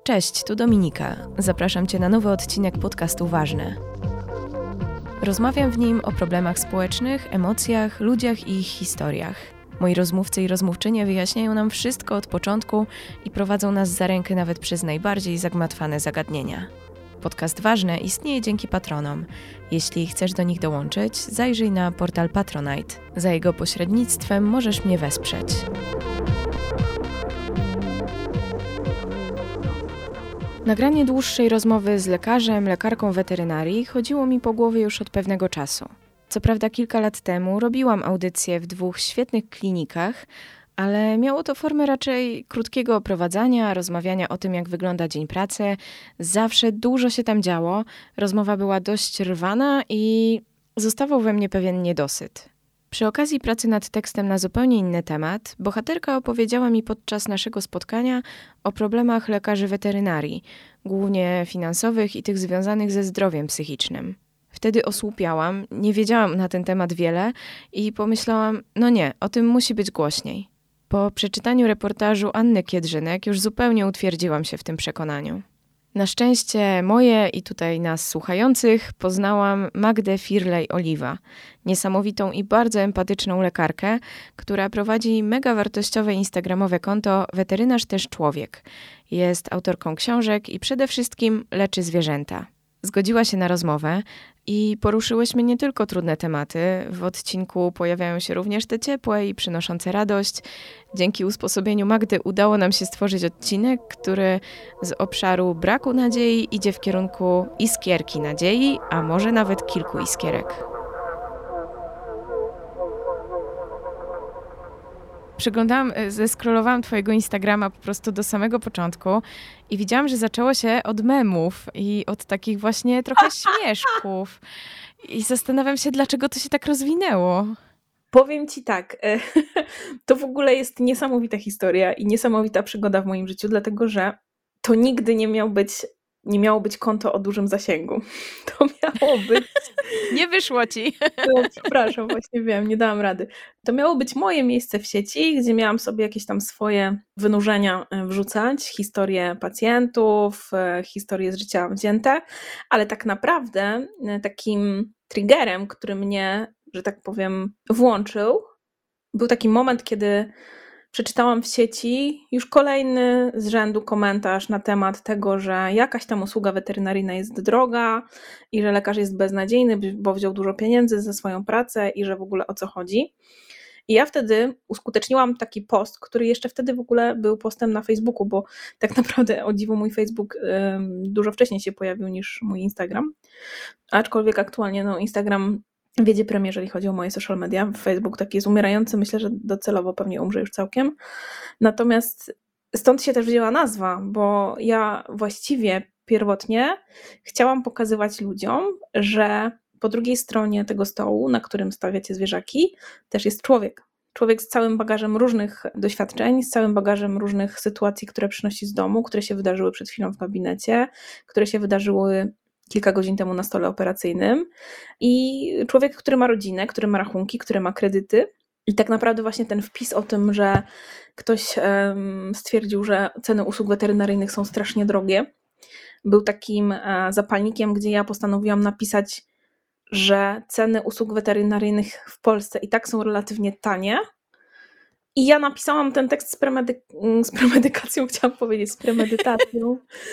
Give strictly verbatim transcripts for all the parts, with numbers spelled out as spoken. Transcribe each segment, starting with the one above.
Cześć, tu Dominika. Zapraszam Cię na nowy odcinek podcastu Ważne. Rozmawiam w nim o problemach społecznych, emocjach, ludziach i ich historiach. Moi rozmówcy i rozmówczynie wyjaśniają nam wszystko od początku i prowadzą nas za rękę nawet przez najbardziej zagmatwane zagadnienia. Podcast Ważne istnieje dzięki patronom. Jeśli chcesz do nich dołączyć, zajrzyj na portal Patronite. Za jego pośrednictwem możesz mnie wesprzeć. Nagranie dłuższej rozmowy z lekarzem, lekarką weterynarii chodziło mi po głowie już od pewnego czasu. Co prawda kilka lat temu robiłam audycję w dwóch świetnych klinikach, ale miało to formę raczej krótkiego oprowadzania, rozmawiania o tym, jak wygląda dzień pracy. Zawsze dużo się tam działo, rozmowa była dość rwana i zostawał we mnie pewien niedosyt. Przy okazji pracy nad tekstem na zupełnie inny temat, bohaterka opowiedziała mi podczas naszego spotkania o problemach lekarzy weterynarii, głównie finansowych i tych związanych ze zdrowiem psychicznym. Wtedy osłupiałam, nie wiedziałam na ten temat wiele i pomyślałam, no nie, o tym musi być głośniej. Po przeczytaniu reportażu Anny Kiedrzynek już zupełnie utwierdziłam się w tym przekonaniu. Na szczęście moje i tutaj nas słuchających poznałam Magdę Firlej-Oliwa, niesamowitą i bardzo empatyczną lekarkę, która prowadzi mega wartościowe instagramowe konto Weterynarz też człowiek. Jest autorką książek i przede wszystkim leczy zwierzęta. Zgodziła się na rozmowę i poruszyłyśmy nie tylko trudne tematy. W odcinku pojawiają się również te ciepłe i przynoszące radość. Dzięki usposobieniu Magdy udało nam się stworzyć odcinek, który z obszaru braku nadziei idzie w kierunku iskierki nadziei, a może nawet kilku iskierek. Przeglądałam, zeskrolowałam twojego Instagrama po prostu do samego początku i widziałam, że zaczęło się od memów i od takich właśnie trochę śmieszków. I zastanawiam się, dlaczego to się tak rozwinęło. Powiem ci tak, to w ogóle jest niesamowita historia i niesamowita przygoda w moim życiu, dlatego że to nigdy nie miał być, nie miało być konto o dużym zasięgu. To miało być... Nie wyszło ci. No, przepraszam, właśnie wiem, nie dałam rady. To miało być moje miejsce w sieci, gdzie miałam sobie jakieś tam swoje wynurzenia wrzucać, historie pacjentów, historie z życia wzięte, ale tak naprawdę takim triggerem, który mnie, że tak powiem, włączył, był taki moment, kiedy przeczytałam w sieci już kolejny z rzędu komentarz na temat tego, że jakaś tam usługa weterynaryjna jest droga i że lekarz jest beznadziejny, bo wziął dużo pieniędzy za swoją pracę i że w ogóle o co chodzi. I ja wtedy uskuteczniłam taki post, który jeszcze wtedy w ogóle był postem na Facebooku, bo tak naprawdę o dziwo mój Facebook ym, dużo wcześniej się pojawił niż mój Instagram. Aczkolwiek aktualnie no, Instagram wiedzie premię, jeżeli chodzi o moje social media. Facebook taki jest umierający, myślę, że docelowo pewnie umrze już całkiem. Natomiast stąd się też wzięła nazwa, bo ja właściwie pierwotnie chciałam pokazywać ludziom, że po drugiej stronie tego stołu, na którym stawiacie zwierzaki, też jest człowiek. Człowiek z całym bagażem różnych doświadczeń, z całym bagażem różnych sytuacji, które przynosi z domu, które się wydarzyły przed chwilą w gabinecie, które się wydarzyły kilka godzin temu na stole operacyjnym i człowiek, który ma rodzinę, który ma rachunki, który ma kredyty i tak naprawdę właśnie ten wpis o tym, że ktoś um, stwierdził, że ceny usług weterynaryjnych są strasznie drogie, był takim uh, zapalnikiem, gdzie ja postanowiłam napisać, że ceny usług weterynaryjnych w Polsce i tak są relatywnie tanie. I ja napisałam ten tekst z, premedy- z premedykacją, chciałam powiedzieć, z premedytacją.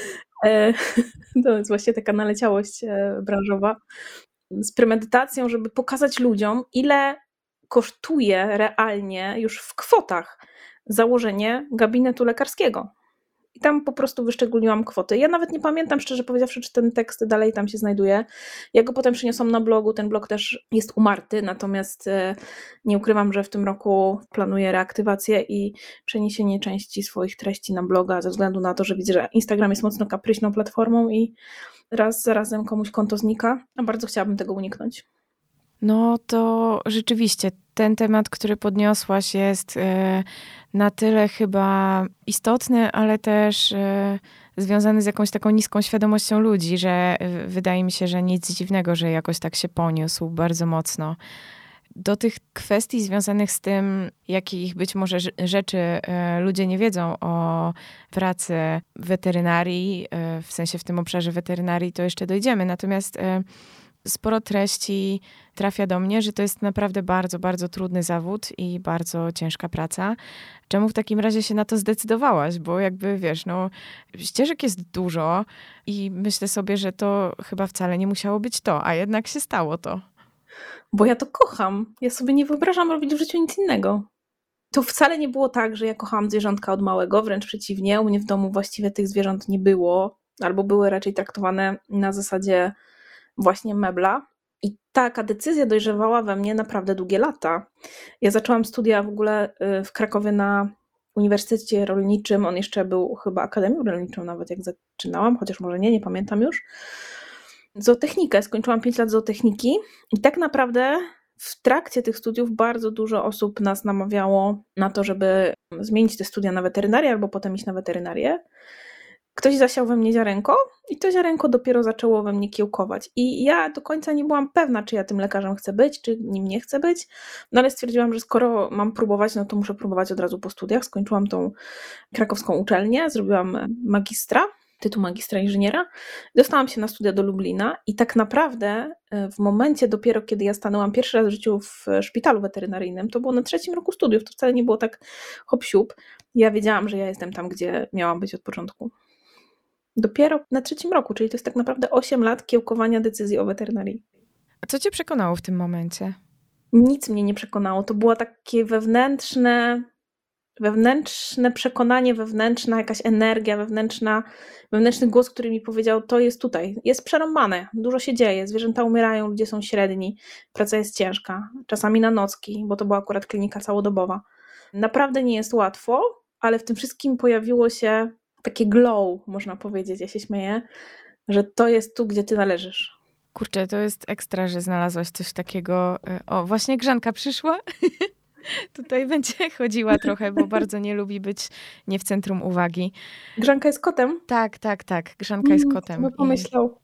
To jest właśnie taka naleciałość branżowa. Z premedytacją, żeby pokazać ludziom, ile kosztuje realnie już w kwotach założenie gabinetu lekarskiego. I tam po prostu wyszczególniłam kwoty. Ja nawet nie pamiętam, szczerze powiedziawszy, czy ten tekst dalej tam się znajduje. Ja go potem przyniosłam na blogu, ten blog też jest umarty, natomiast nie ukrywam, że w tym roku planuję reaktywację i przeniesienie części swoich treści na bloga, ze względu na to, że widzę, że Instagram jest mocno kapryśną platformą i raz za razem komuś konto znika, a bardzo chciałabym tego uniknąć. No to rzeczywiście ten temat, który podniosłaś, jest e, na tyle chyba istotny, ale też e, związany z jakąś taką niską świadomością ludzi, że e, wydaje mi się, że nic dziwnego, że jakoś tak się poniósł bardzo mocno. do tych kwestii związanych z tym, jakich być może rzeczy ludzie nie wiedzą o pracy weterynarii, w sensie w tym obszarze weterynarii, to jeszcze dojdziemy. Natomiast sporo treści trafia do mnie, że to jest naprawdę bardzo, bardzo trudny zawód i bardzo ciężka praca. Czemu w takim razie się na to zdecydowałaś? Bo jakby wiesz, no ścieżek jest dużo i myślę sobie, że to chyba wcale nie musiało być to, a jednak się stało to. Bo ja to kocham. Ja sobie nie wyobrażam robić w życiu nic innego. To wcale nie było tak, że ja kochałam zwierzątka od małego, wręcz przeciwnie. U mnie w domu właściwie tych zwierząt nie było, albo były raczej traktowane na zasadzie właśnie mebla. I taka decyzja dojrzewała we mnie naprawdę długie lata. Ja zaczęłam studia w ogóle w Krakowie na Uniwersytecie Rolniczym. On jeszcze był chyba Akademią Rolniczą nawet jak zaczynałam, chociaż może nie, nie pamiętam już. Zootechnikę, skończyłam pięć lat zootechniki i tak naprawdę w trakcie tych studiów bardzo dużo osób nas namawiało na to, żeby zmienić te studia na weterynarię albo potem iść na weterynarię. Ktoś zasiał we mnie ziarenko i to ziarenko dopiero zaczęło we mnie kiełkować. I ja do końca nie byłam pewna, czy ja tym lekarzem chcę być, czy nim nie chcę być. No ale stwierdziłam, że skoro mam próbować, no to muszę próbować od razu po studiach. Skończyłam tą krakowską uczelnię, zrobiłam magistra, tytuł magistra inżyniera. Dostałam się na studia do Lublina i tak naprawdę w momencie dopiero, kiedy ja stanęłam pierwszy raz w życiu w szpitalu weterynaryjnym, to było na trzecim roku studiów, to wcale nie było tak hop siup. Ja wiedziałam, że ja jestem tam, gdzie miałam być od początku. Dopiero na trzecim roku, czyli to jest tak naprawdę osiem lat kiełkowania decyzji o weterynarii. A co cię przekonało w tym momencie? Nic mnie nie przekonało. To było takie wewnętrzne, wewnętrzne przekonanie, wewnętrzna jakaś energia, wewnętrzna, wewnętrzny głos, który mi powiedział, to jest tutaj, jest przerąbane, dużo się dzieje, zwierzęta umierają, ludzie są średni, praca jest ciężka, czasami na nocki, bo to była akurat klinika całodobowa. Naprawdę nie jest łatwo, ale w tym wszystkim pojawiło się takie glow, można powiedzieć, ja się śmieję, że to jest tu, gdzie ty należysz. Kurczę, to jest ekstra, że znalazłaś coś takiego. O, właśnie Grzanka przyszła. Tutaj będzie chodziła trochę, bo bardzo nie lubi być nie w centrum uwagi. Grzanka jest kotem? Tak, tak, tak. Grzanka jest kotem. Kto by pomyślał?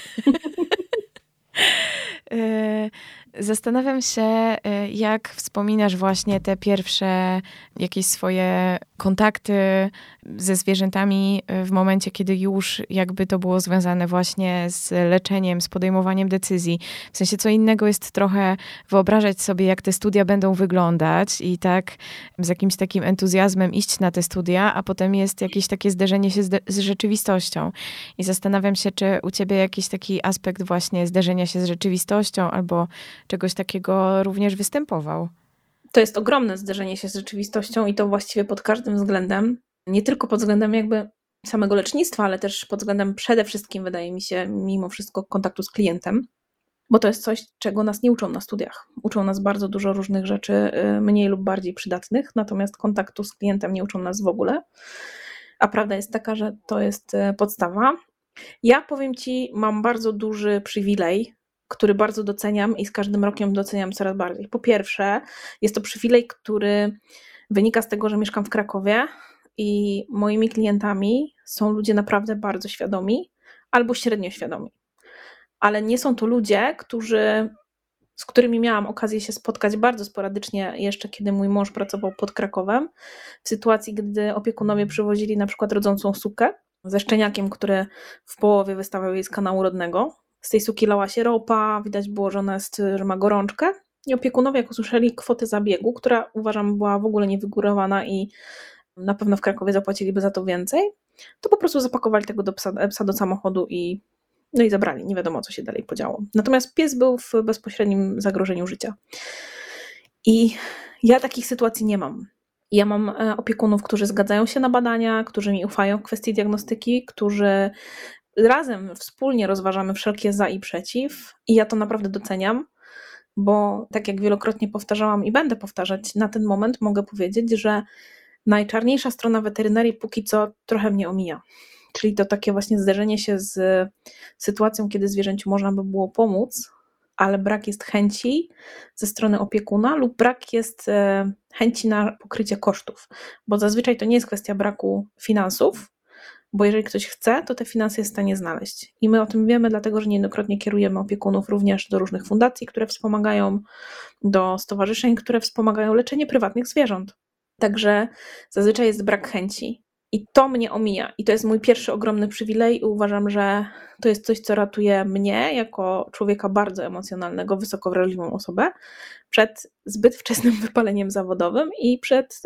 Zastanawiam się, jak wspominasz właśnie te pierwsze jakieś swoje kontakty ze zwierzętami w momencie, kiedy już jakby to było związane właśnie z leczeniem, z podejmowaniem decyzji. W sensie co innego jest trochę wyobrażać sobie, jak te studia będą wyglądać i tak z jakimś takim entuzjazmem iść na te studia, a potem jest jakieś takie zderzenie się z, de- z rzeczywistością. I zastanawiam się, czy u ciebie jakiś taki aspekt właśnie zderzenia się z rzeczywistością albo czegoś takiego również występował. To jest ogromne zderzenie się z rzeczywistością i to właściwie pod każdym względem. Nie tylko pod względem jakby samego lecznictwa, ale też pod względem przede wszystkim, wydaje mi się, mimo wszystko kontaktu z klientem, bo to jest coś, czego nas nie uczą na studiach. Uczą nas bardzo dużo różnych rzeczy, mniej lub bardziej przydatnych, natomiast kontaktu z klientem nie uczą nas w ogóle. A prawda jest taka, że to jest podstawa. Ja powiem ci, mam bardzo duży przywilej, który bardzo doceniam i z każdym rokiem doceniam coraz bardziej. Po pierwsze, jest to przywilej, który wynika z tego, że mieszkam w Krakowie i moimi klientami są ludzie naprawdę bardzo świadomi albo średnio świadomi. Ale nie są to ludzie, którzy, z którymi miałam okazję się spotkać bardzo sporadycznie jeszcze, kiedy mój mąż pracował pod Krakowem, w sytuacji, gdy opiekunowie przywozili na przykład rodzącą sukę ze szczeniakiem, który w połowie wystawiał jej z kanału rodnego. Z tej suki lała się ropa, widać było, że ona jest, że ma gorączkę. I opiekunowie, jak usłyszeli kwotę zabiegu, która uważam była w ogóle niewygórowana i na pewno w Krakowie zapłaciliby za to więcej, to po prostu zapakowali tego do psa, psa do samochodu i, no i zabrali. Nie wiadomo, co się dalej podziało. Natomiast pies był w bezpośrednim zagrożeniu życia. I ja takich sytuacji nie mam. Ja mam opiekunów, którzy zgadzają się na badania, którzy mi ufają w kwestii diagnostyki, którzy razem, wspólnie rozważamy wszelkie za i przeciw i ja to naprawdę doceniam, bo tak jak wielokrotnie powtarzałam i będę powtarzać, na ten moment mogę powiedzieć, że najczarniejsza strona weterynarii póki co trochę mnie omija. Czyli to takie właśnie zderzenie się z sytuacją, kiedy zwierzęciu można by było pomóc, ale brak jest chęci ze strony opiekuna lub brak jest chęci na pokrycie kosztów, bo zazwyczaj to nie jest kwestia braku finansów, Bo jeżeli ktoś chce, to te finanse jest w stanie znaleźć. I my o tym wiemy, dlatego że niejednokrotnie kierujemy opiekunów również do różnych fundacji, które wspomagają, do stowarzyszeń, które wspomagają leczenie prywatnych zwierząt. Także zazwyczaj jest brak chęci. I to mnie omija. I to jest mój pierwszy ogromny przywilej i uważam, że to jest coś, co ratuje mnie jako człowieka bardzo emocjonalnego, wysoko wrażliwą osobę przed zbyt wczesnym wypaleniem zawodowym i przed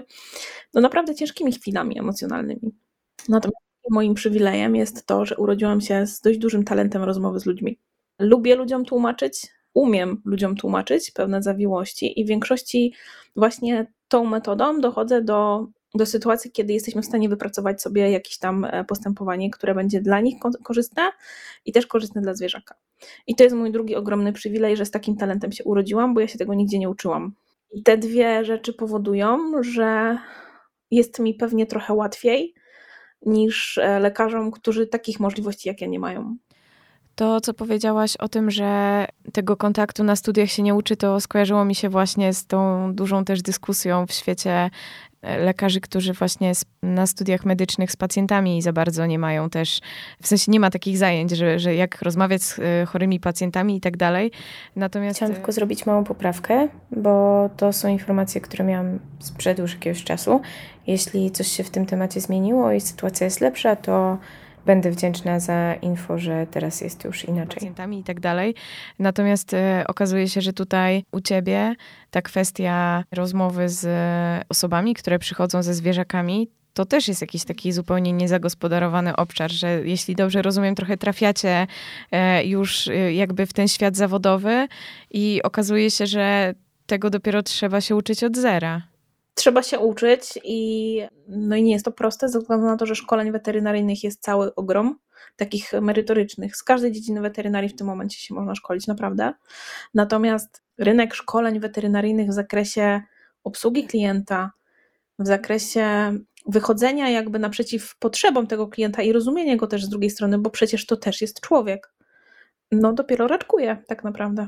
no, naprawdę ciężkimi chwilami emocjonalnymi. Natomiast moim przywilejem jest to, że urodziłam się z dość dużym talentem rozmowy z ludźmi. Lubię ludziom tłumaczyć, umiem ludziom tłumaczyć pewne zawiłości i w większości właśnie tą metodą dochodzę do, do sytuacji, kiedy jesteśmy w stanie wypracować sobie jakieś tam postępowanie, które będzie dla nich korzystne i też korzystne dla zwierzaka. I to jest mój drugi ogromny przywilej, że z takim talentem się urodziłam, bo ja się tego nigdzie nie uczyłam. I te dwie rzeczy powodują, że jest mi pewnie trochę łatwiej niż lekarzom, którzy takich możliwości jak ja nie mają. To, co powiedziałaś o tym, że tego kontaktu na studiach się nie uczy, to skojarzyło mi się właśnie z tą dużą też dyskusją w świecie lekarzy, którzy właśnie na studiach medycznych z pacjentami za bardzo nie mają też, w sensie nie ma takich zajęć, że, że jak rozmawiać z chorymi pacjentami i tak dalej. Natomiast chciałam tylko zrobić małą poprawkę, bo to są informacje, które miałam sprzed już jakiegoś czasu. Jeśli coś się w tym temacie zmieniło i sytuacja jest lepsza, to będę wdzięczna za info, że teraz jest już inaczej. Pacjentami i tak dalej. Natomiast e, okazuje się, że tutaj u ciebie ta kwestia rozmowy z osobami, które przychodzą ze zwierzakami, to też jest jakiś taki zupełnie niezagospodarowany obszar, że jeśli dobrze rozumiem, trochę trafiacie e, już e, jakby w ten świat zawodowy i okazuje się, że tego dopiero trzeba się uczyć od zera. Trzeba się uczyć i, no i nie jest to proste, ze względu na to, że szkoleń weterynaryjnych jest cały ogrom, takich merytorycznych. Z każdej dziedziny weterynarii w tym momencie się można szkolić, naprawdę. Natomiast rynek szkoleń weterynaryjnych w zakresie obsługi klienta, w zakresie wychodzenia jakby naprzeciw potrzebom tego klienta i rozumienia go też z drugiej strony, bo przecież to też jest człowiek, no dopiero raczkuje tak naprawdę.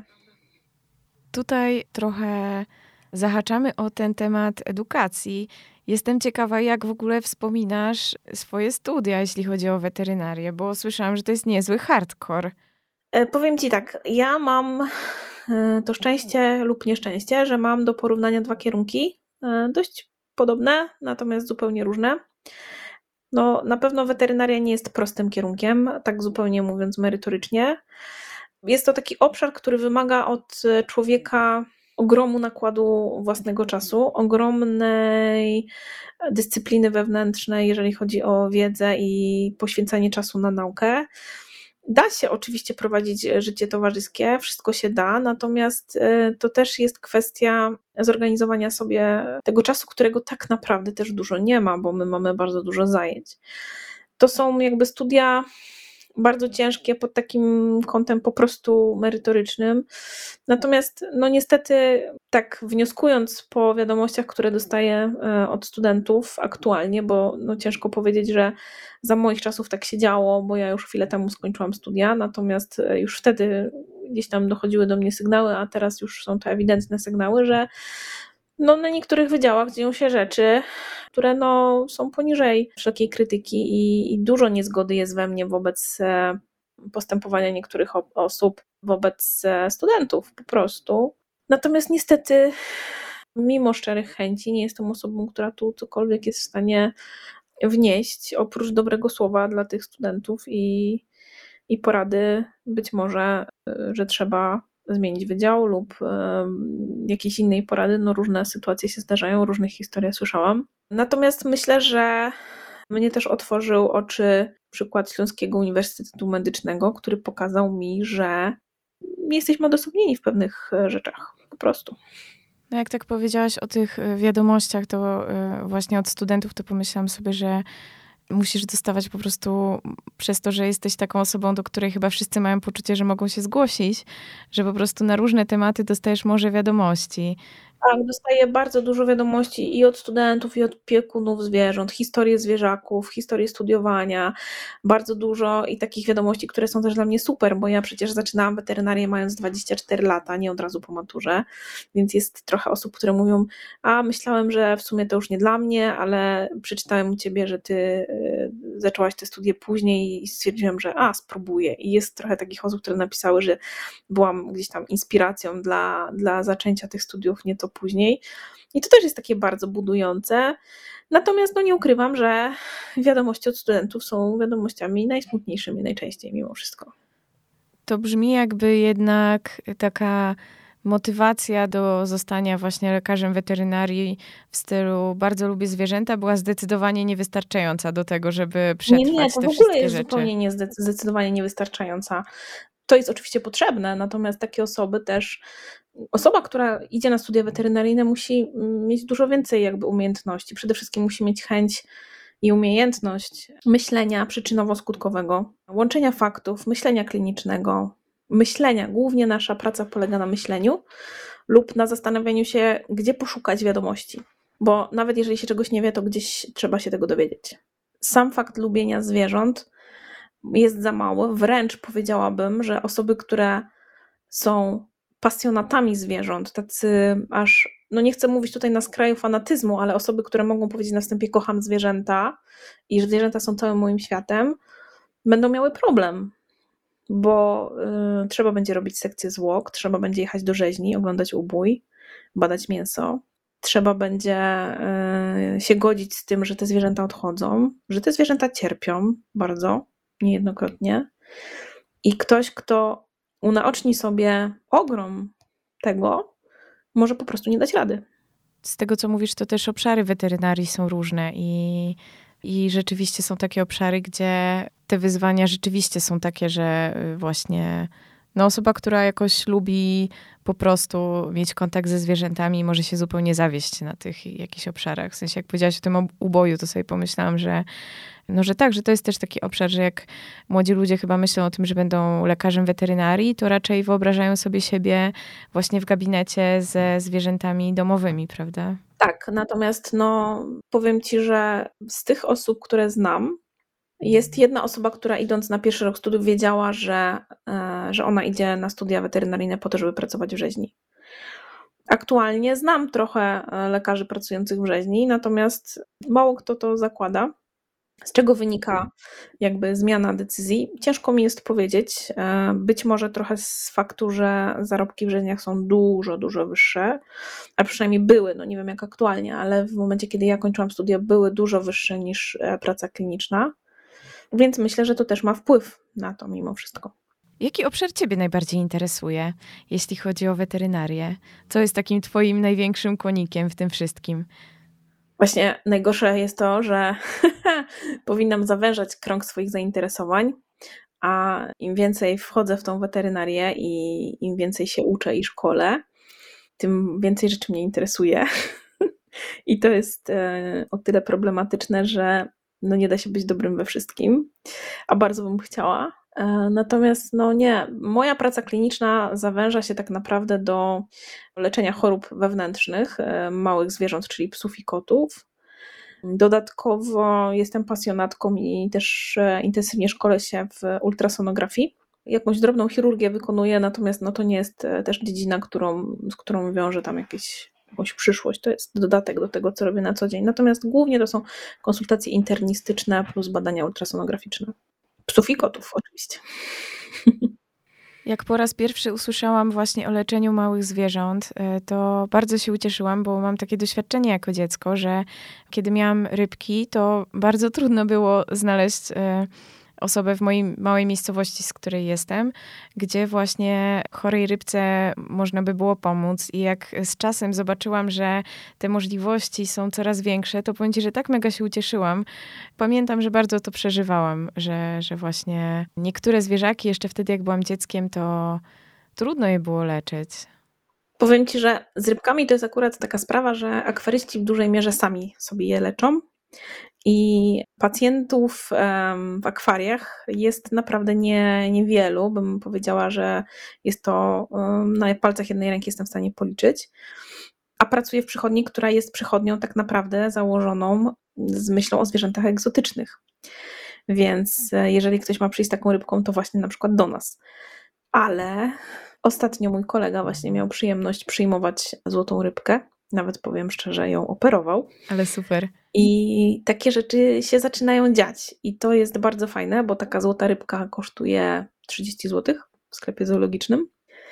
Tutaj trochę zahaczamy o ten temat edukacji. Jestem ciekawa, jak w ogóle wspominasz swoje studia, jeśli chodzi o weterynarię, bo słyszałam, że to jest niezły hardcore. E, powiem ci tak, ja mam e, to szczęście lub nieszczęście, że mam do porównania dwa kierunki, e, dość podobne, natomiast zupełnie różne. No, na pewno weterynaria nie jest prostym kierunkiem, tak zupełnie mówiąc merytorycznie. Jest to taki obszar, który wymaga od człowieka ogromu nakładu własnego czasu, ogromnej dyscypliny wewnętrznej, jeżeli chodzi o wiedzę i poświęcanie czasu na naukę. Da się oczywiście prowadzić życie towarzyskie, wszystko się da, natomiast to też jest kwestia zorganizowania sobie tego czasu, którego tak naprawdę też dużo nie ma, bo my mamy bardzo dużo zajęć. To są jakby studia bardzo ciężkie pod takim kątem po prostu merytorycznym. Natomiast no niestety tak wnioskując po wiadomościach, które dostaję od studentów aktualnie, bo no ciężko powiedzieć, że za moich czasów tak się działo, bo ja już chwilę temu skończyłam studia, natomiast już wtedy gdzieś tam dochodziły do mnie sygnały, a teraz już są to ewidentne sygnały, że no na niektórych wydziałach dzieją się rzeczy, które no są poniżej wszelkiej krytyki i, i dużo niezgody jest we mnie wobec postępowania niektórych osób, wobec studentów po prostu. Natomiast niestety, mimo szczerych chęci, nie jestem osobą, która tu cokolwiek jest w stanie wnieść, oprócz dobrego słowa dla tych studentów i, i porady być może, że trzeba zmienić wydział lub y, jakiejś innej porady. No różne sytuacje się zdarzają, różnych historii słyszałam. Natomiast myślę, że mnie też otworzył oczy przykład Śląskiego Uniwersytetu Medycznego, który pokazał mi, że jesteśmy odosobnieni w pewnych rzeczach, po prostu. No jak tak powiedziałaś o tych wiadomościach, to y, właśnie od studentów, to pomyślałam sobie, że musisz dostawać po prostu przez to, że jesteś taką osobą, do której chyba wszyscy mają poczucie, że mogą się zgłosić, że po prostu na różne tematy dostajesz morze wiadomości. Tak, dostaję bardzo dużo wiadomości i od studentów, i od opiekunów zwierząt, historie zwierzaków, historie studiowania, bardzo dużo i takich wiadomości, które są też dla mnie super, bo ja przecież zaczynałam weterynarię mając dwadzieścia cztery lata, nie od razu po maturze, więc jest trochę osób, które mówią, a myślałem, że w sumie to już nie dla mnie, ale przeczytałem u ciebie, że ty y, zaczęłaś te studia później i stwierdziłem, że a, spróbuję. I jest trochę takich osób, które napisały, że byłam gdzieś tam inspiracją dla, dla zaczęcia tych studiów nieco później. I to też jest takie bardzo budujące. Natomiast no nie ukrywam, że wiadomości od studentów są wiadomościami najsmutniejszymi najczęściej mimo wszystko. To brzmi jakby jednak taka motywacja do zostania właśnie lekarzem weterynarii w stylu bardzo lubię zwierzęta była zdecydowanie niewystarczająca do tego, żeby przetrwać Nie, nie, to te w ogóle wszystkie jest rzeczy. zupełnie nie, zdecydowanie niewystarczająca. To jest oczywiście potrzebne, natomiast takie osoby też, osoba, która idzie na studia weterynaryjne musi mieć dużo więcej jakby umiejętności. Przede wszystkim musi mieć chęć i umiejętność myślenia przyczynowo-skutkowego, łączenia faktów, myślenia klinicznego, myślenia. Głównie nasza praca polega na myśleniu lub na zastanawianiu się, gdzie poszukać wiadomości, bo nawet jeżeli się czegoś nie wie, to gdzieś trzeba się tego dowiedzieć. Sam fakt lubienia zwierząt jest za mało, wręcz powiedziałabym, że osoby, które są pasjonatami zwierząt, tacy aż, no nie chcę mówić tutaj na skraju fanatyzmu, ale osoby, które mogą powiedzieć na wstępie kocham zwierzęta i że zwierzęta są całym moim światem, będą miały problem, bo y, trzeba będzie robić sekcję zwłok, trzeba będzie jechać do rzeźni, oglądać ubój, badać mięso, trzeba będzie y, się godzić z tym, że te zwierzęta odchodzą, że te zwierzęta cierpią bardzo, niejednokrotnie i ktoś, kto unaoczni sobie ogrom tego, może po prostu nie dać rady. Z tego, co mówisz, to też obszary weterynarii są różne i, i rzeczywiście są takie obszary, gdzie te wyzwania rzeczywiście są takie, że właśnie no osoba, która jakoś lubi po prostu mieć kontakt ze zwierzętami, może się zupełnie zawieść na tych jakichś obszarach. W sensie, jak powiedziałaś o tym uboju, to sobie pomyślałam, że no, że tak, że to jest też taki obszar, że jak młodzi ludzie chyba myślą o tym, że będą lekarzem weterynarii, to raczej wyobrażają sobie siebie właśnie w gabinecie ze zwierzętami domowymi, prawda? Tak, natomiast no powiem ci, że z tych osób, które znam, jest jedna osoba, która idąc na pierwszy rok studiów wiedziała, że, że ona idzie na studia weterynaryjne po to, żeby pracować w rzeźni. Aktualnie znam trochę lekarzy pracujących w rzeźni, natomiast mało kto to zakłada. Z czego wynika jakby zmiana decyzji? Ciężko mi jest powiedzieć. Być może trochę z faktu, że zarobki w rzeźniach są dużo, dużo wyższe, a przynajmniej były, no nie wiem jak aktualnie, ale w momencie, kiedy ja kończyłam studia, były dużo wyższe niż praca kliniczna, więc myślę, że to też ma wpływ na to mimo wszystko. Jaki obszar ciebie najbardziej interesuje, jeśli chodzi o weterynarię? Co jest takim twoim największym konikiem w tym wszystkim? Właśnie najgorsze jest to, że powinnam zawężać krąg swoich zainteresowań, a im więcej wchodzę w tą weterynarię i im więcej się uczę i szkolę, tym więcej rzeczy mnie interesuje. I to jest o tyle problematyczne, że no nie da się być dobrym we wszystkim, a bardzo bym chciała. Natomiast no nie, moja praca kliniczna zawęża się tak naprawdę do leczenia chorób wewnętrznych małych zwierząt, czyli psów i kotów. Dodatkowo jestem pasjonatką i też intensywnie szkolę się w ultrasonografii. Jakąś drobną chirurgię wykonuję, natomiast no to nie jest też dziedzina, którą, z którą wiążę tam jakieś, jakąś przyszłość. To jest dodatek do tego, co robię na co dzień. Natomiast głównie to są konsultacje internistyczne plus badania ultrasonograficzne. Psów i kotów oczywiście. Jak po raz pierwszy usłyszałam właśnie o leczeniu małych zwierząt, to bardzo się ucieszyłam, bo mam takie doświadczenie jako dziecko, że kiedy miałam rybki, to bardzo trudno było znaleźć osobę w mojej małej miejscowości, z której jestem, gdzie właśnie chorej rybce można by było pomóc. I jak z czasem zobaczyłam, że te możliwości są coraz większe, to powiem ci, że tak mega się ucieszyłam. Pamiętam, że bardzo to przeżywałam, że, że właśnie niektóre zwierzaki, jeszcze wtedy jak byłam dzieckiem, to trudno je było leczyć. Powiem ci, że z rybkami to jest akurat taka sprawa, że akwaryści w dużej mierze sami sobie je leczą. I pacjentów w akwariach jest naprawdę nie, niewielu, bym powiedziała, że jest to na palcach jednej ręki jestem w stanie policzyć, a pracuję w przychodni, która jest przychodnią tak naprawdę założoną z myślą o zwierzętach egzotycznych. Więc jeżeli ktoś ma przyjść z taką rybką, to właśnie na przykład do nas. Ale ostatnio mój kolega właśnie miał przyjemność przyjmować złotą rybkę, nawet powiem szczerze, ją operował. Ale super. I takie rzeczy się zaczynają dziać i to jest bardzo fajne, bo taka złota rybka kosztuje trzydzieści złotych w sklepie zoologicznym,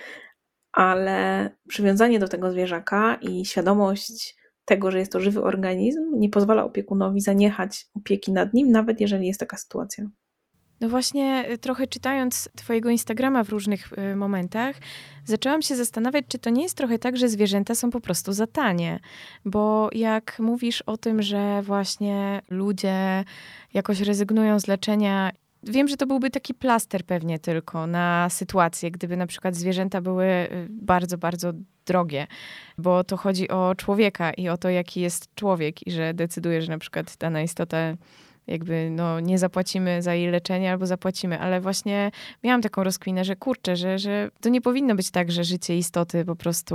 ale przywiązanie do tego zwierzaka i świadomość tego, że jest to żywy organizm, nie pozwala opiekunowi zaniechać opieki nad nim, nawet jeżeli jest taka sytuacja. No właśnie, trochę czytając twojego Instagrama w różnych y, momentach, zaczęłam się zastanawiać, czy to nie jest trochę tak, że zwierzęta są po prostu za tanie. Bo jak mówisz o tym, że właśnie ludzie jakoś rezygnują z leczenia, wiem, że to byłby taki plaster pewnie tylko na sytuację, gdyby na przykład zwierzęta były bardzo, bardzo drogie, bo to chodzi o człowieka i o to, jaki jest człowiek i że decyduje, że na przykład dana istota jakby no, nie zapłacimy za jej leczenie albo zapłacimy, ale właśnie miałam taką rozkminę, że kurczę, że, że to nie powinno być tak, że życie istoty po prostu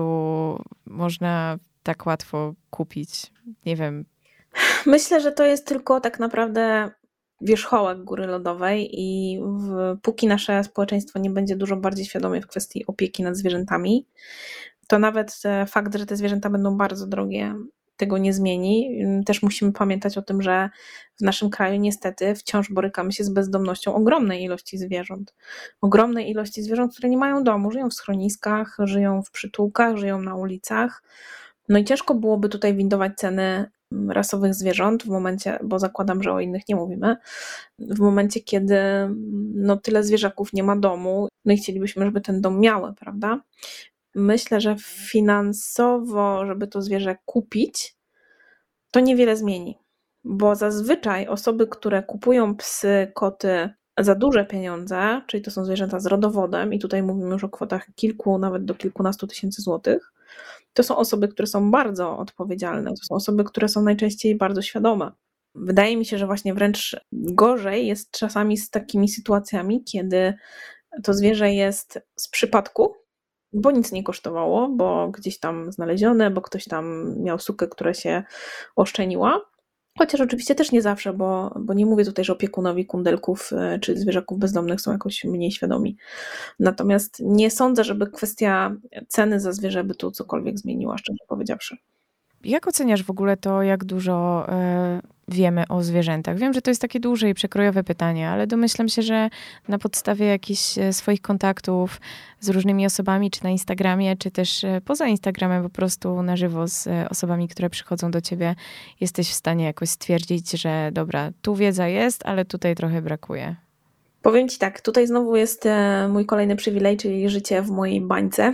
można tak łatwo kupić. Nie wiem. Myślę, że to jest tylko tak naprawdę wierzchołek góry lodowej i w, póki nasze społeczeństwo nie będzie dużo bardziej świadome w kwestii opieki nad zwierzętami, to nawet fakt, że te zwierzęta będą bardzo drogie, tego nie zmieni. Też musimy pamiętać o tym, że w naszym kraju niestety wciąż borykamy się z bezdomnością ogromnej ilości zwierząt. Ogromnej ilości zwierząt, które nie mają domu, żyją w schroniskach, żyją w przytułkach, żyją na ulicach. No i ciężko byłoby tutaj windować ceny rasowych zwierząt w momencie, bo zakładam, że o innych nie mówimy, w momencie, kiedy no, tyle zwierzaków nie ma domu, no i chcielibyśmy, żeby ten dom miały, prawda? Myślę, że finansowo, żeby to zwierzę kupić, to niewiele zmieni, bo zazwyczaj osoby, które kupują psy, koty za duże pieniądze, czyli to są zwierzęta z rodowodem i tutaj mówimy już o kwotach kilku, nawet do kilkunastu tysięcy złotych, to są osoby, które są bardzo odpowiedzialne, to są osoby, które są najczęściej bardzo świadome. Wydaje mi się, że właśnie wręcz gorzej jest czasami z takimi sytuacjami, kiedy to zwierzę jest z przypadku, bo nic nie kosztowało, bo gdzieś tam znalezione, bo ktoś tam miał sukę, która się oszczeniła. Chociaż oczywiście też nie zawsze, bo, bo nie mówię tutaj, że opiekunowi kundelków czy zwierzaków bezdomnych są jakoś mniej świadomi. Natomiast nie sądzę, żeby kwestia ceny za zwierzę by tu cokolwiek zmieniła, szczerze powiedziawszy. Jak oceniasz w ogóle to, jak dużo y, wiemy o zwierzętach? Wiem, że to jest takie duże i przekrojowe pytanie, ale domyślam się, że na podstawie jakichś swoich kontaktów z różnymi osobami, czy na Instagramie, czy też poza Instagramem, po prostu na żywo z osobami, które przychodzą do ciebie, jesteś w stanie jakoś stwierdzić, że dobra, tu wiedza jest, ale tutaj trochę brakuje. Powiem ci tak, tutaj znowu jest mój kolejny przywilej, czyli życie w mojej bańce.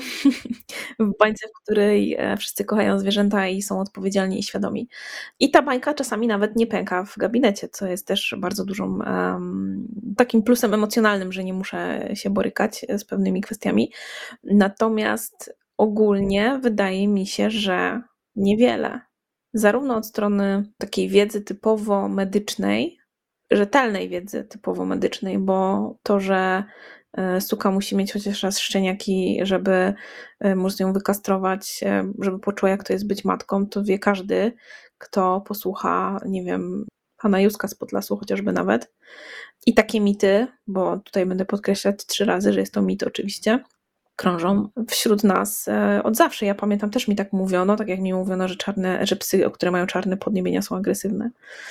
W bańce, w której wszyscy kochają zwierzęta i są odpowiedzialni i świadomi. I ta bańka czasami nawet nie pęka w gabinecie, co jest też bardzo dużą um, takim plusem emocjonalnym, że nie muszę się borykać z pewnymi kwestiami. Natomiast ogólnie wydaje mi się, że niewiele. Zarówno od strony takiej wiedzy typowo medycznej, rzetelnej wiedzy typowo medycznej, bo to, że suka musi mieć chociaż raz szczeniaki, żeby móc ją wykastrować, żeby poczuła, jak to jest być matką, to wie każdy, kto posłucha, nie wiem, pana Józka z Podlasu chociażby nawet. I takie mity, bo tutaj będę podkreślać trzy razy, że jest to mit oczywiście, krążą wśród nas od zawsze. Ja pamiętam, też mi tak mówiono, tak jak mi mówiono, że czarne, że psy, które mają czarne podniebienia, są agresywne.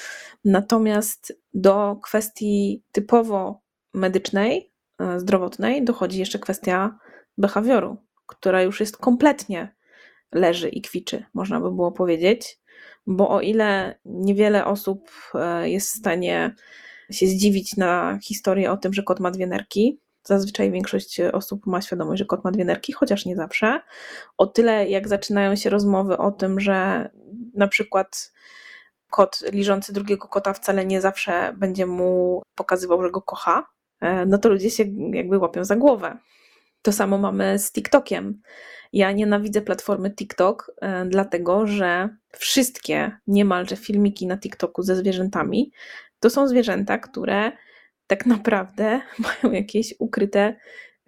Natomiast do kwestii typowo medycznej, zdrowotnej dochodzi jeszcze kwestia behawioru, która już jest kompletnie leży i kwiczy, można by było powiedzieć, bo o ile niewiele osób jest w stanie się zdziwić na historię o tym, że kot ma dwie nerki, zazwyczaj większość osób ma świadomość, że kot ma dwie nerki, chociaż nie zawsze, o tyle jak zaczynają się rozmowy o tym, że na przykład kot liżący drugiego kota wcale nie zawsze będzie mu pokazywał, że go kocha, no to ludzie się jakby łapią za głowę. To samo mamy z TikTokiem. Ja nienawidzę platformy TikTok, dlatego że wszystkie niemalże filmiki na TikToku ze zwierzętami to są zwierzęta, które tak naprawdę mają jakieś ukryte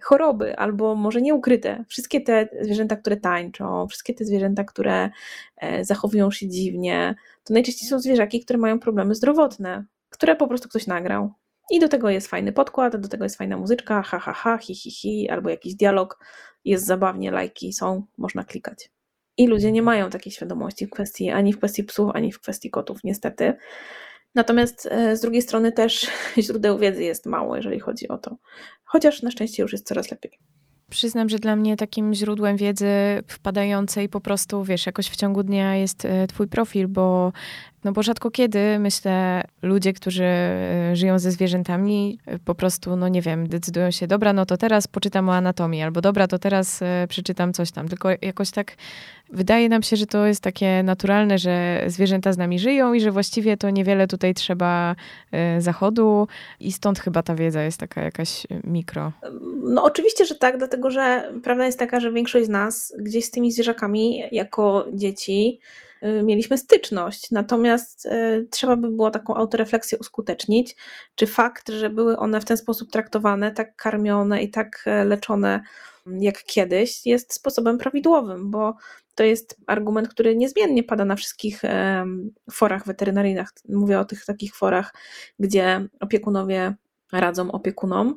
choroby, albo może nieukryte. Wszystkie te zwierzęta, które tańczą, wszystkie te zwierzęta, które zachowują się dziwnie, to najczęściej są zwierzaki, które mają problemy zdrowotne, które po prostu ktoś nagrał. I do tego jest fajny podkład, do tego jest fajna muzyczka, ha, ha, ha, hi, hi, hi, albo jakiś dialog, jest zabawnie, lajki są, można klikać. I ludzie nie mają takiej świadomości w kwestii, ani w kwestii psów, ani w kwestii kotów, niestety. Natomiast z drugiej strony też źródeł wiedzy jest mało, jeżeli chodzi o to. Chociaż na szczęście już jest coraz lepiej. Przyznam, że dla mnie takim źródłem wiedzy wpadającej po prostu, wiesz, jakoś w ciągu dnia jest twój profil, bo, no bo rzadko kiedy, myślę, ludzie, którzy żyją ze zwierzętami, po prostu, no nie wiem, decydują się, dobra, no to teraz poczytam o anatomii, albo dobra, to teraz przeczytam coś tam. Tylko jakoś tak wydaje nam się, że to jest takie naturalne, że zwierzęta z nami żyją i że właściwie to niewiele tutaj trzeba zachodu i stąd chyba ta wiedza jest taka jakaś mikro. No oczywiście, że tak, dlatego że prawda jest taka, że większość z nas gdzieś z tymi zwierzakami jako dzieci mieliśmy styczność, natomiast trzeba by było taką autorefleksję uskutecznić, czy fakt, że były one w ten sposób traktowane, tak karmione i tak leczone jak kiedyś, jest sposobem prawidłowym, bo to jest argument, który niezmiennie pada na wszystkich forach weterynaryjnych. Mówię o tych takich forach, gdzie opiekunowie radzą opiekunom,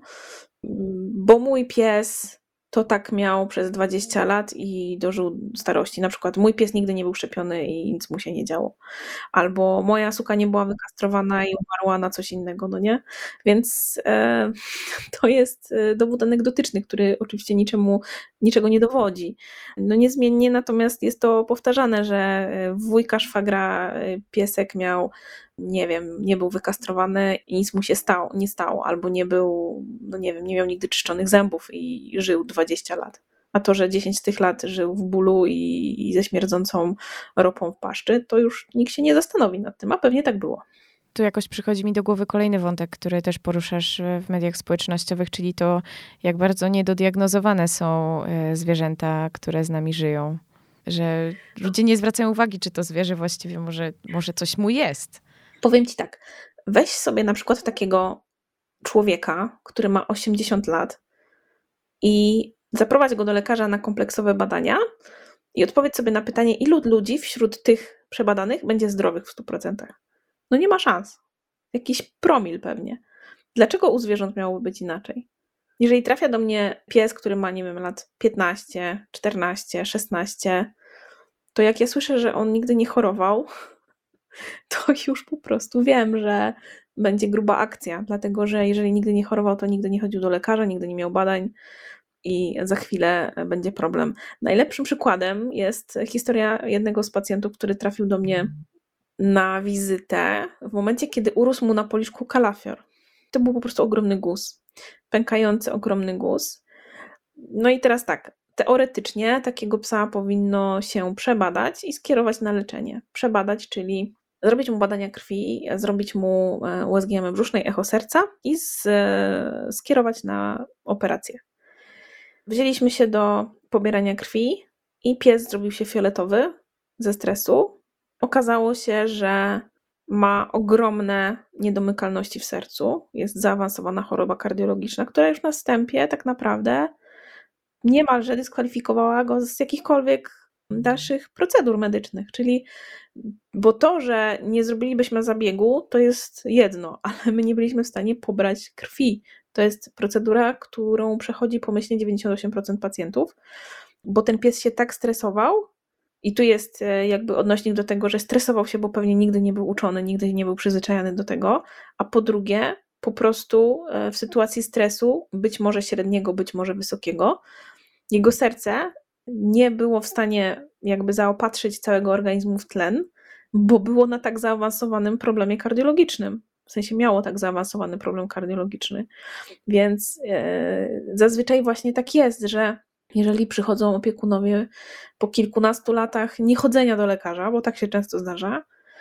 bo mój pies to tak miał przez dwadzieścia lat i dożył starości. Na przykład mój pies nigdy nie był szczepiony i nic mu się nie działo. Albo moja suka nie była wykastrowana i umarła na coś innego, no nie? Więc e, to jest dowód anegdotyczny, który oczywiście niczemu, niczego nie dowodzi. No niezmiennie natomiast jest to powtarzane, że wujka szwagra piesek miał, nie wiem, nie był wykastrowany i nic mu się stało, nie stało, albo nie był, no nie wiem, nie miał nigdy czyszczonych zębów i żył dwadzieścia lat. A to, że dziesięć z tych lat żył w bólu i, i ze śmierdzącą ropą w paszczy, to już nikt się nie zastanowi nad tym, a pewnie tak było. Tu jakoś przychodzi mi do głowy kolejny wątek, który też poruszasz w mediach społecznościowych, czyli to, jak bardzo niedodiagnozowane są zwierzęta, które z nami żyją. Że ludzie nie zwracają uwagi, czy to zwierzę właściwie może, może coś mu jest. Powiem ci tak, weź sobie na przykład takiego człowieka, który ma osiemdziesiąt lat i zaprowadź go do lekarza na kompleksowe badania i odpowiedz sobie na pytanie, ilu ludzi wśród tych przebadanych będzie zdrowych w stu procentach. No nie ma szans. Jakiś promil pewnie. Dlaczego u zwierząt miałoby być inaczej? Jeżeli trafia do mnie pies, który ma, nie wiem, lat piętnaście, czternaście, szesnaście, to jak ja słyszę, że on nigdy nie chorował, to już po prostu wiem, że będzie gruba akcja, dlatego że jeżeli nigdy nie chorował, to nigdy nie chodził do lekarza, nigdy nie miał badań i za chwilę będzie problem. Najlepszym przykładem jest historia jednego z pacjentów, który trafił do mnie na wizytę w momencie, kiedy urósł mu na policzku kalafior. To był po prostu ogromny guz, pękający ogromny guz. No i teraz tak, teoretycznie takiego psa powinno się przebadać i skierować na leczenie. Przebadać, czyli zrobić mu badania krwi, zrobić mu U S G jamy brzusznej, echo serca i z, skierować na operację. Wzięliśmy się do pobierania krwi i pies zrobił się fioletowy ze stresu. Okazało się, że ma ogromne niedomykalności w sercu, jest zaawansowana choroba kardiologiczna, która już na wstępie tak naprawdę niemalże dyskwalifikowała go z jakichkolwiek dalszych procedur medycznych, czyli bo to, że nie zrobilibyśmy zabiegu, to jest jedno, ale my nie byliśmy w stanie pobrać krwi. To jest procedura, którą przechodzi pomyślnie dziewięćdziesiąt osiem procent pacjentów, bo ten pies się tak stresował i tu jest jakby odnośnik do tego, że stresował się, bo pewnie nigdy nie był uczony, nigdy nie był przyzwyczajany do tego, a po drugie po prostu w sytuacji stresu, być może średniego, być może wysokiego, jego serce nie było w stanie jakby zaopatrzyć całego organizmu w tlen, bo było na tak zaawansowanym problemie kardiologicznym. W sensie miało tak zaawansowany problem kardiologiczny. Więc yy, zazwyczaj właśnie tak jest, że jeżeli przychodzą opiekunowie po kilkunastu latach niechodzenia do lekarza, bo tak się często zdarza,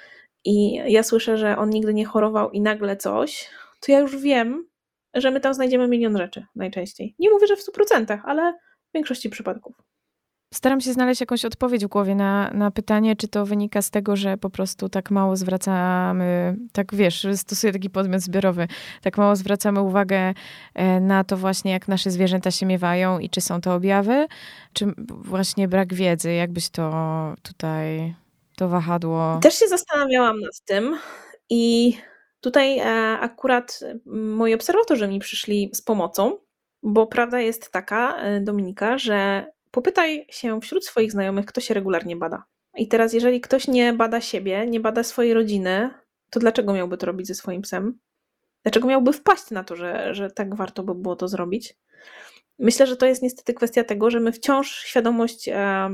i ja słyszę, że on nigdy nie chorował i nagle coś, to ja już wiem, że my tam znajdziemy milion rzeczy najczęściej. Nie mówię, że w stu procentach, ale w większości przypadków. Staram się znaleźć jakąś odpowiedź w głowie na, na pytanie, czy to wynika z tego, że po prostu tak mało zwracamy, tak wiesz, stosuję taki podmiot zbiorowy, tak mało zwracamy uwagę na to właśnie, jak nasze zwierzęta się miewają i czy są to objawy, czy właśnie brak wiedzy, jakbyś to tutaj, to wahadło... Też się zastanawiałam nad tym i tutaj akurat moi obserwatorzy mi przyszli z pomocą, bo prawda jest taka, Dominika, że popytaj się wśród swoich znajomych, kto się regularnie bada. I teraz, jeżeli ktoś nie bada siebie, nie bada swojej rodziny, to dlaczego miałby to robić ze swoim psem? Dlaczego miałby wpaść na to, że, że tak warto by było to zrobić? Myślę, że to jest niestety kwestia tego, że my wciąż świadomość e,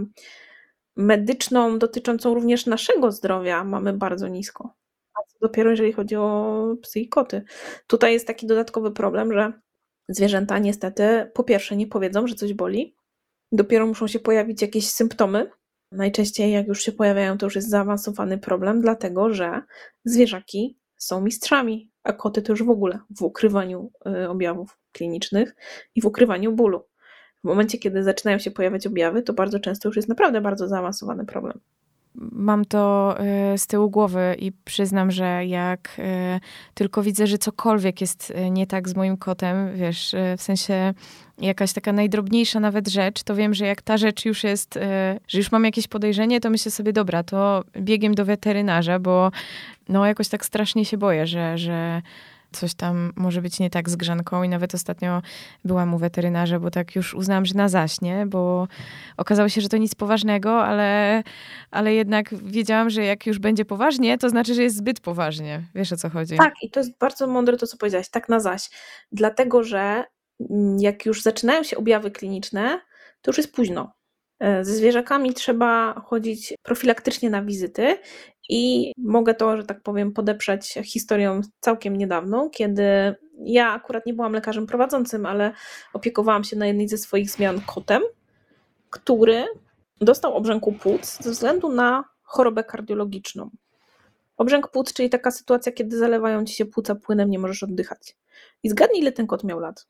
medyczną dotyczącą również naszego zdrowia mamy bardzo nisko. A co dopiero jeżeli chodzi o psy i koty. Tutaj jest taki dodatkowy problem, że zwierzęta niestety po pierwsze nie powiedzą, że coś boli, dopiero muszą się pojawić jakieś symptomy. Najczęściej jak już się pojawiają, to już jest zaawansowany problem, dlatego że zwierzaki są mistrzami, a koty to już w ogóle w ukrywaniu objawów klinicznych i w ukrywaniu bólu. W momencie, kiedy zaczynają się pojawiać objawy, to bardzo często już jest naprawdę bardzo zaawansowany problem. Mam to z tyłu głowy i przyznam, że jak tylko widzę, że cokolwiek jest nie tak z moim kotem, wiesz, w sensie jakaś taka najdrobniejsza nawet rzecz, to wiem, że jak ta rzecz już jest, że już mam jakieś podejrzenie, to myślę sobie, dobra, to biegiem do weterynarza, bo no jakoś tak strasznie się boję, że, że coś tam może być nie tak z grzanką i nawet ostatnio byłam u weterynarza, bo tak już uznałam, że na zaśnie, bo okazało się, że to nic poważnego, ale, ale jednak wiedziałam, że jak już będzie poważnie, to znaczy, że jest zbyt poważnie. Wiesz, o co chodzi? Tak, i to jest bardzo mądre to, co powiedziałaś, tak na zaś. Dlatego, że jak już zaczynają się objawy kliniczne, to już jest późno. Ze zwierzakami trzeba chodzić profilaktycznie na wizyty i mogę to, że tak powiem, podeprzeć historią całkiem niedawną, kiedy ja akurat nie byłam lekarzem prowadzącym, ale opiekowałam się na jednej ze swoich zmian kotem, który dostał obrzęku płuc ze względu na chorobę kardiologiczną. Obrzęk płuc, czyli taka sytuacja, kiedy zalewają ci się płuca płynem, nie możesz oddychać. I zgadnij, ile ten kot miał lat?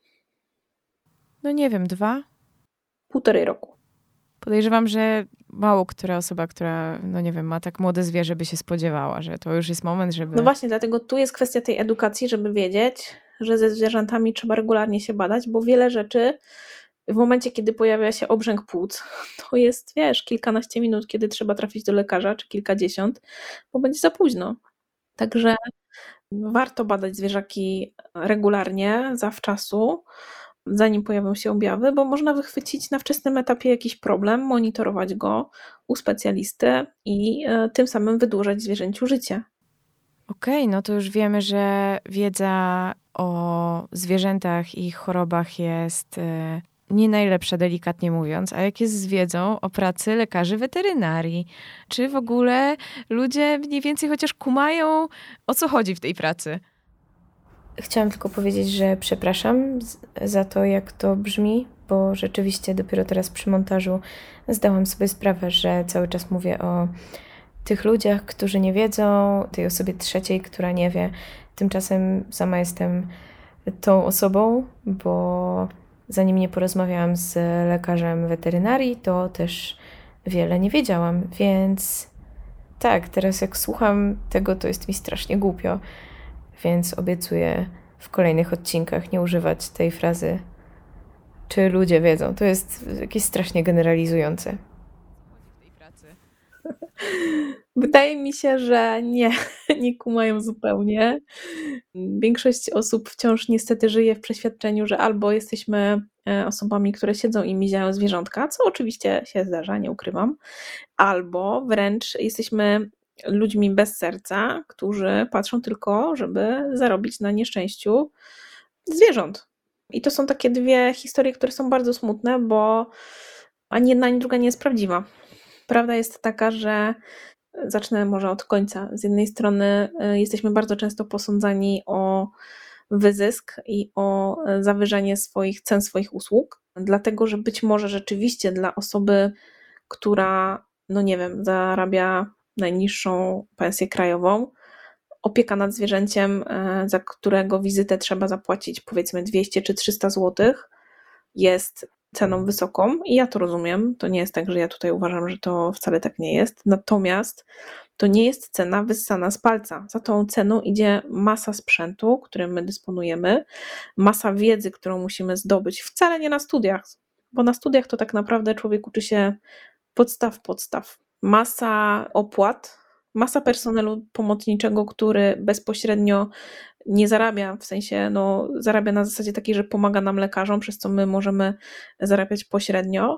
No nie wiem, dwa? Półtorej roku. Podejrzewam, że mało która osoba, która, no nie wiem, ma tak młode zwierzę, by się spodziewała, że to już jest moment, żeby... No właśnie, dlatego tu jest kwestia tej edukacji, żeby wiedzieć, że ze zwierzętami trzeba regularnie się badać, bo wiele rzeczy w momencie, kiedy pojawia się obrzęk płuc, to jest, wiesz, kilkanaście minut, kiedy trzeba trafić do lekarza, czy kilkadziesiąt, bo będzie za późno. Także warto badać zwierzaki regularnie, zawczasu, zanim pojawią się objawy, bo można wychwycić na wczesnym etapie jakiś problem, monitorować go u specjalisty i tym samym wydłużać zwierzęciu życie. Okej, okay, no to już wiemy, że wiedza o zwierzętach i ich chorobach jest nie najlepsza, delikatnie mówiąc, a jak jest z wiedzą o pracy lekarzy weterynarii? Czy w ogóle ludzie mniej więcej chociaż kumają, o co chodzi w tej pracy? Chciałam tylko powiedzieć, że przepraszam za to, jak to brzmi, bo rzeczywiście dopiero teraz przy montażu zdałam sobie sprawę, że cały czas mówię o tych ludziach, którzy nie wiedzą, tej osobie trzeciej, która nie wie. Tymczasem sama jestem tą osobą, bo zanim nie porozmawiałam z lekarzem weterynarii, to też wiele nie wiedziałam, więc tak, teraz jak słucham tego, to jest mi strasznie głupio. Więc obiecuję w kolejnych odcinkach nie używać tej frazy, czy ludzie wiedzą. To jest jakieś strasznie generalizujące. Wydaje mi się, że nie, nie kumają zupełnie. Większość osób wciąż niestety żyje w przeświadczeniu, że albo jesteśmy osobami, które siedzą i miziają zwierzątka, co oczywiście się zdarza, nie ukrywam, albo wręcz jesteśmy ludźmi bez serca, którzy patrzą tylko, żeby zarobić na nieszczęściu zwierząt. I to są takie dwie historie, które są bardzo smutne, bo ani jedna, ani druga nie jest prawdziwa. Prawda jest taka, że zacznę może od końca. Z jednej strony jesteśmy bardzo często posądzani o wyzysk i o zawyżenie swoich cen, swoich usług, dlatego, że być może rzeczywiście dla osoby, która, no nie wiem, zarabia najniższą pensję krajową, opieka nad zwierzęciem, za którego wizytę trzeba zapłacić powiedzmy dwieście czy trzysta złotych, jest ceną wysoką i ja to rozumiem. To nie jest tak, że ja tutaj uważam, że to wcale tak nie jest. Natomiast to nie jest cena wyssana z palca. Za tą ceną idzie masa sprzętu, którym my dysponujemy, masa wiedzy, którą musimy zdobyć. Wcale nie na studiach, bo na studiach to tak naprawdę człowiek uczy się podstaw, podstaw. Masa opłat, masa personelu pomocniczego, który bezpośrednio nie zarabia, w sensie no, zarabia na zasadzie takiej, że pomaga nam lekarzom, przez co my możemy zarabiać pośrednio.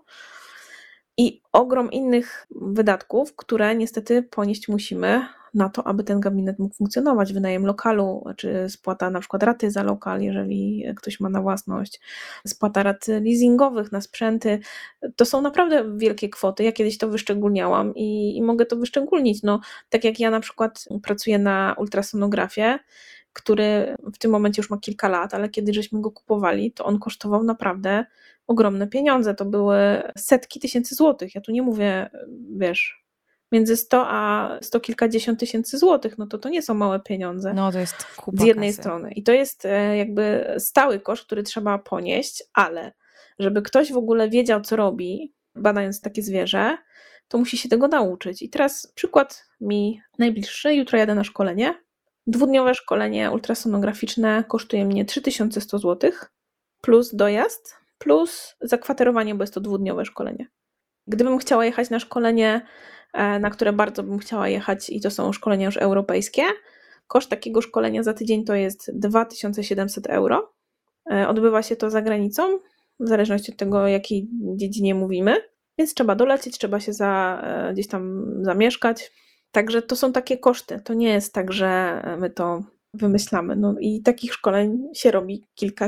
I ogrom innych wydatków, które niestety ponieść musimy na to, aby ten gabinet mógł funkcjonować. Wynajem lokalu, czy spłata na przykład raty za lokal, jeżeli ktoś ma na własność, spłata rat leasingowych na sprzęty. To są naprawdę wielkie kwoty. Ja kiedyś to wyszczególniałam i, i mogę to wyszczególnić. No, tak jak ja na przykład pracuję na ultrasonografię, który w tym momencie już ma kilka lat, ale kiedy żeśmy go kupowali, to on kosztował naprawdę ogromne pieniądze. To były setki tysięcy złotych. Ja tu nie mówię, wiesz, między sto a sto kilkadziesiąt tysięcy złotych, no to to nie są małe pieniądze. No to jest kupa z jednej kasy. strony. I to jest jakby stały koszt, który trzeba ponieść, ale żeby ktoś w ogóle wiedział, co robi, badając takie zwierzę, to musi się tego nauczyć. I teraz przykład mi najbliższy. Jutro jadę na szkolenie. Dwudniowe szkolenie ultrasonograficzne kosztuje mnie trzy tysiące sto złotych plus dojazd, plus zakwaterowanie, bo jest to dwudniowe szkolenie. Gdybym chciała jechać na szkolenie, na które bardzo bym chciała jechać i to są szkolenia już europejskie, koszt takiego szkolenia za tydzień to jest dwa tysiące siedemset euro. Odbywa się to za granicą, w zależności od tego, o jakiej dziedzinie mówimy, więc trzeba dolecieć, trzeba się za, gdzieś tam zamieszkać. Także to są takie koszty. To nie jest tak, że my to wymyślamy. No i takich szkoleń się robi kilka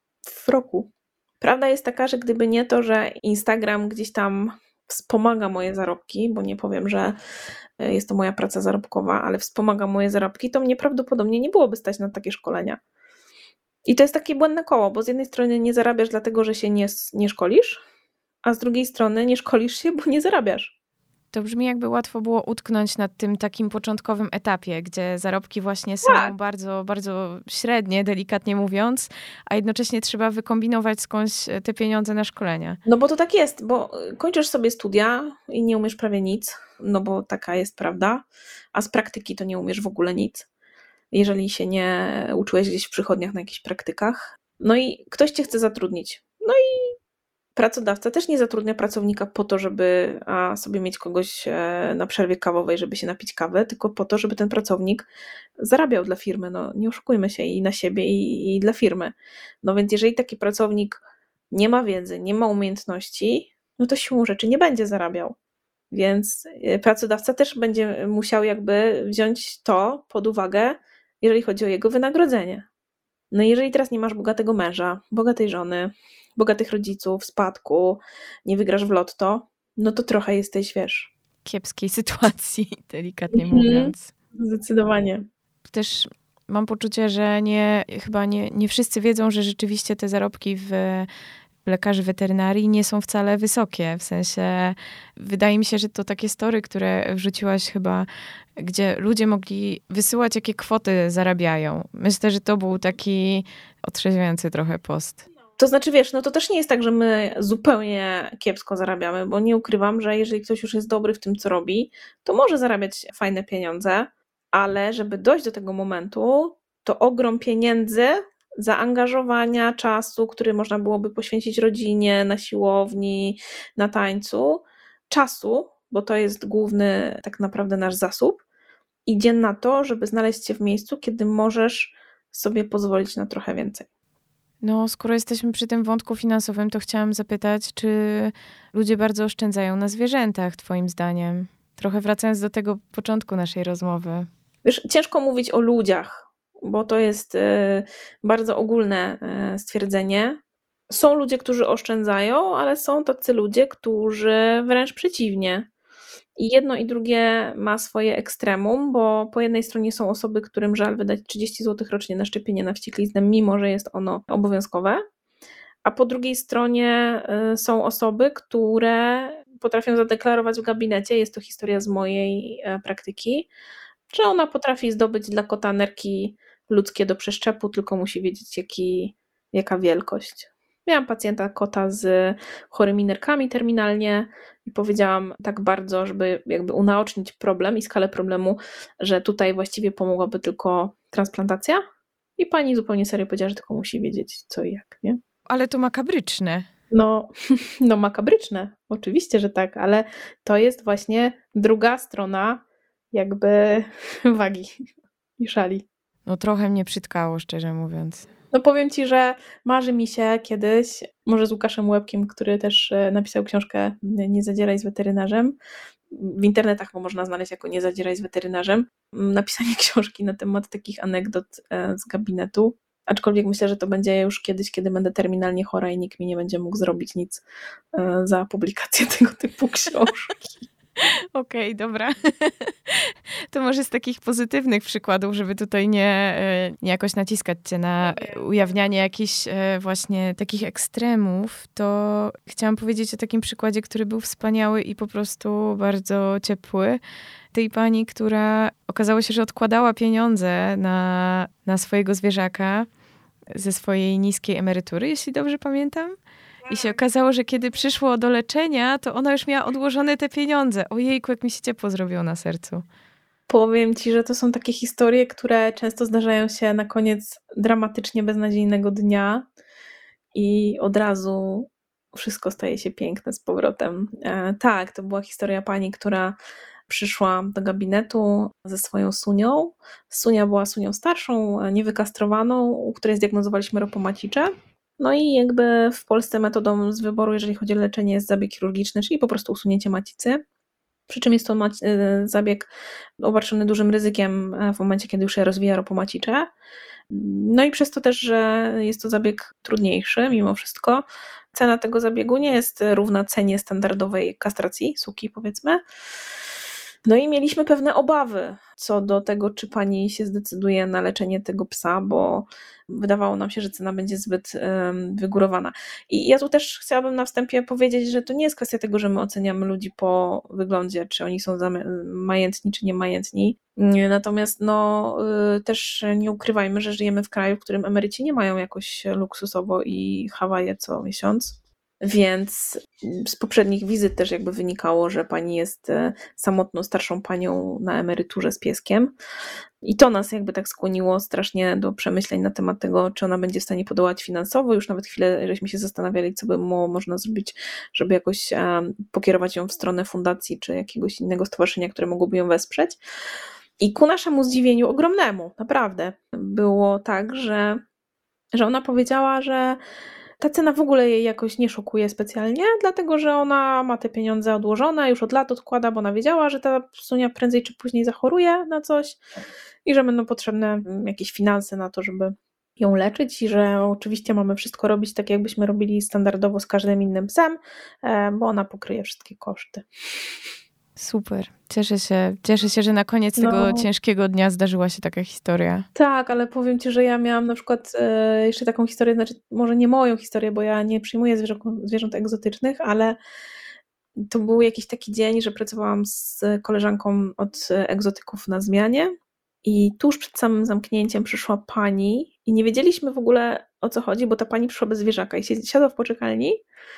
w roku. Prawda jest taka, że gdyby nie to, że Instagram gdzieś tam wspomaga moje zarobki, bo nie powiem, że jest to moja praca zarobkowa, ale wspomaga moje zarobki, to mnie prawdopodobnie nie byłoby stać na takie szkolenia. I to jest takie błędne koło, bo z jednej strony nie zarabiasz dlatego, że się nie, nie szkolisz, a z drugiej strony nie szkolisz się, bo nie zarabiasz. To brzmi, jakby łatwo było utknąć na tym takim początkowym etapie, gdzie zarobki właśnie są Tak. bardzo, bardzo średnie, delikatnie mówiąc, a jednocześnie trzeba wykombinować skądś te pieniądze na szkolenia. No bo to tak jest, bo kończysz sobie studia i nie umiesz prawie nic, no bo taka jest prawda, a z praktyki to nie umiesz w ogóle nic, jeżeli się nie uczyłeś gdzieś w przychodniach na jakichś praktykach. No i ktoś cię chce zatrudnić. No i pracodawca też nie zatrudnia pracownika po to, żeby a, sobie mieć kogoś na przerwie kawowej, żeby się napić kawy, tylko po to, żeby ten pracownik zarabiał dla firmy. No nie oszukujmy się, i na siebie, i, i dla firmy. No więc jeżeli taki pracownik nie ma wiedzy, nie ma umiejętności, no to siłą rzeczy nie będzie zarabiał. Więc pracodawca też będzie musiał jakby wziąć to pod uwagę, jeżeli chodzi o jego wynagrodzenie. No i jeżeli teraz nie masz bogatego męża, bogatej żony, bogatych rodziców, spadku, nie wygrasz w lotto, no to trochę jesteś, wiesz... kiepskiej sytuacji, delikatnie Mhm. mówiąc. Zdecydowanie. Też mam poczucie, że nie, chyba nie, nie wszyscy wiedzą, że rzeczywiście te zarobki w lekarzy weterynarii nie są wcale wysokie. W sensie, wydaje mi się, że to takie story, które wrzuciłaś chyba, gdzie ludzie mogli wysyłać, jakie kwoty zarabiają. Myślę, że to był taki otrzeźwiający trochę post. To znaczy, wiesz, no to też nie jest tak, że my zupełnie kiepsko zarabiamy, bo nie ukrywam, że jeżeli ktoś już jest dobry w tym, co robi, to może zarabiać fajne pieniądze, ale żeby dojść do tego momentu, to ogrom pieniędzy, zaangażowania, czasu, który można byłoby poświęcić rodzinie, na siłowni, na tańcu, czasu, bo to jest główny tak naprawdę nasz zasób, idzie na to, żeby znaleźć się w miejscu, kiedy możesz sobie pozwolić na trochę więcej. No, skoro jesteśmy przy tym wątku finansowym, to chciałam zapytać, czy ludzie bardzo oszczędzają na zwierzętach, twoim zdaniem? Trochę wracając do tego początku naszej rozmowy. Wiesz, ciężko mówić o ludziach, bo to jest bardzo ogólne stwierdzenie. Są ludzie, którzy oszczędzają, ale są tacy ludzie, którzy wręcz przeciwnie. I jedno i drugie ma swoje ekstremum, bo po jednej stronie są osoby, którym żal wydać trzydzieści złotych rocznie na szczepienie na wściekliznę, mimo że jest ono obowiązkowe, a po drugiej stronie są osoby, które potrafią zadeklarować w gabinecie, jest to historia z mojej praktyki, że ona potrafi zdobyć dla kota nerki ludzkie do przeszczepu, tylko musi wiedzieć jaki, jaka wielkość. Miałam pacjenta kota z chorymi nerkami terminalnie i powiedziałam tak bardzo, żeby jakby unaocznić problem i skalę problemu, że tutaj właściwie pomogłaby tylko transplantacja. I pani zupełnie serio powiedziała, że tylko musi wiedzieć co i jak, nie? Ale to makabryczne. No, no makabryczne, oczywiście, że tak, ale to jest właśnie druga strona jakby wagi i szali. No trochę mnie przytkało, szczerze mówiąc. No powiem ci, że marzy mi się kiedyś, może z Łukaszem Łebkiem, który też napisał książkę Nie zadzieraj z weterynarzem. W internetach go można znaleźć jako Nie zadzieraj z weterynarzem. Napisanie książki na temat takich anegdot z gabinetu. Aczkolwiek myślę, że to będzie już kiedyś, kiedy będę terminalnie chora i nikt mi nie będzie mógł zrobić nic za publikację tego typu książki. Okej, okay, dobra. To może z takich pozytywnych przykładów, żeby tutaj nie, nie jakoś naciskać cię na ujawnianie jakichś właśnie takich ekstremów, to chciałam powiedzieć o takim przykładzie, który był wspaniały i po prostu bardzo ciepły. Tej pani, która okazało się, że odkładała pieniądze na, na swojego zwierzaka ze swojej niskiej emerytury, jeśli dobrze pamiętam. I się okazało, że kiedy przyszło do leczenia, to ona już miała odłożone te pieniądze. Ojejku, jak mi się ciepło zrobiło na sercu. Powiem ci, że to są takie historie, które często zdarzają się na koniec dramatycznie beznadziejnego dnia i od razu wszystko staje się piękne z powrotem. E, tak, to była historia pani, która przyszła do gabinetu ze swoją sunią. Sunia była sunią starszą, niewykastrowaną, u której zdiagnozowaliśmy ropomacicze. No i jakby w Polsce metodą z wyboru, jeżeli chodzi o leczenie, jest zabieg chirurgiczny, czyli po prostu usunięcie macicy. Przy czym jest to zabieg obarczony dużym ryzykiem w momencie, kiedy już się rozwija ropomacicze. No i przez to też, że jest to zabieg trudniejszy mimo wszystko, cena tego zabiegu nie jest równa cenie standardowej kastracji suki, powiedzmy. No i mieliśmy pewne obawy co do tego, czy pani się zdecyduje na leczenie tego psa, bo wydawało nam się, że cena będzie zbyt um, wygórowana. I ja tu też chciałabym na wstępie powiedzieć, że to nie jest kwestia tego, że my oceniamy ludzi po wyglądzie, czy oni są majętni, czy nie majętni. Natomiast no, też nie ukrywajmy, że żyjemy w kraju, w którym emeryci nie mają jakoś luksusowo i Hawaje co miesiąc. Więc z poprzednich wizyt też jakby wynikało, że pani jest samotną, starszą panią na emeryturze z pieskiem. I to nas jakby tak skłoniło strasznie do przemyśleń na temat tego, czy ona będzie w stanie podołać finansowo. Już nawet chwilę żeśmy się zastanawiali, co by było można zrobić, żeby jakoś pokierować ją w stronę fundacji, czy jakiegoś innego stowarzyszenia, które mogłoby ją wesprzeć. I ku naszemu zdziwieniu ogromnemu, naprawdę, było tak, że, że ona powiedziała, że ta cena w ogóle jej jakoś nie szokuje specjalnie, dlatego że ona ma te pieniądze odłożone, już od lat odkłada, bo ona wiedziała, że ta sunia prędzej czy później zachoruje na coś i że będą potrzebne jakieś finanse na to, żeby ją leczyć i że oczywiście mamy wszystko robić tak, jakbyśmy robili standardowo z każdym innym psem, bo ona pokryje wszystkie koszty. Super. Cieszę się, cieszę się, że na koniec no. tego ciężkiego dnia zdarzyła się taka historia. Tak, ale powiem ci, że ja miałam na przykład e, jeszcze taką historię, znaczy może nie moją historię, bo ja nie przyjmuję zwierząt, zwierząt egzotycznych, ale to był jakiś taki dzień, że pracowałam z koleżanką od egzotyków na zmianie i tuż przed samym zamknięciem przyszła pani i nie wiedzieliśmy w ogóle o co chodzi, bo ta pani przyszła bez zwierzaka i siadła w poczekalni.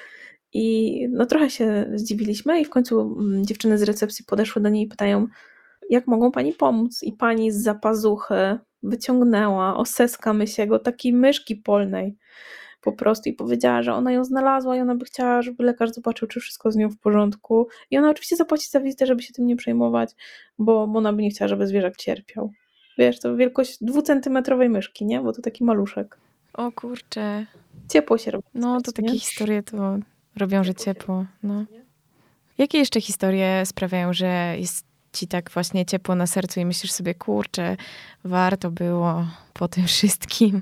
I no trochę się zdziwiliśmy i w końcu dziewczyny z recepcji podeszły do niej i pytają, jak mogą pani pomóc? I pani z zapazuchy wyciągnęła oseska mysiego, takiej myszki polnej po prostu i powiedziała, że ona ją znalazła i ona by chciała, żeby lekarz zobaczył, czy wszystko z nią w porządku. I ona oczywiście zapłaci za wizytę, żeby się tym nie przejmować, bo, bo ona by nie chciała, żeby zwierzak cierpiał. Wiesz, to wielkość dwucentymetrowej myszki, nie? Bo to taki maluszek. O kurczę. Ciepło się robi. No to takie historie to robią, że ciepło. No. Jakie jeszcze historie sprawiają, że jest ci tak właśnie ciepło na sercu i myślisz sobie, kurczę, warto było po tym wszystkim?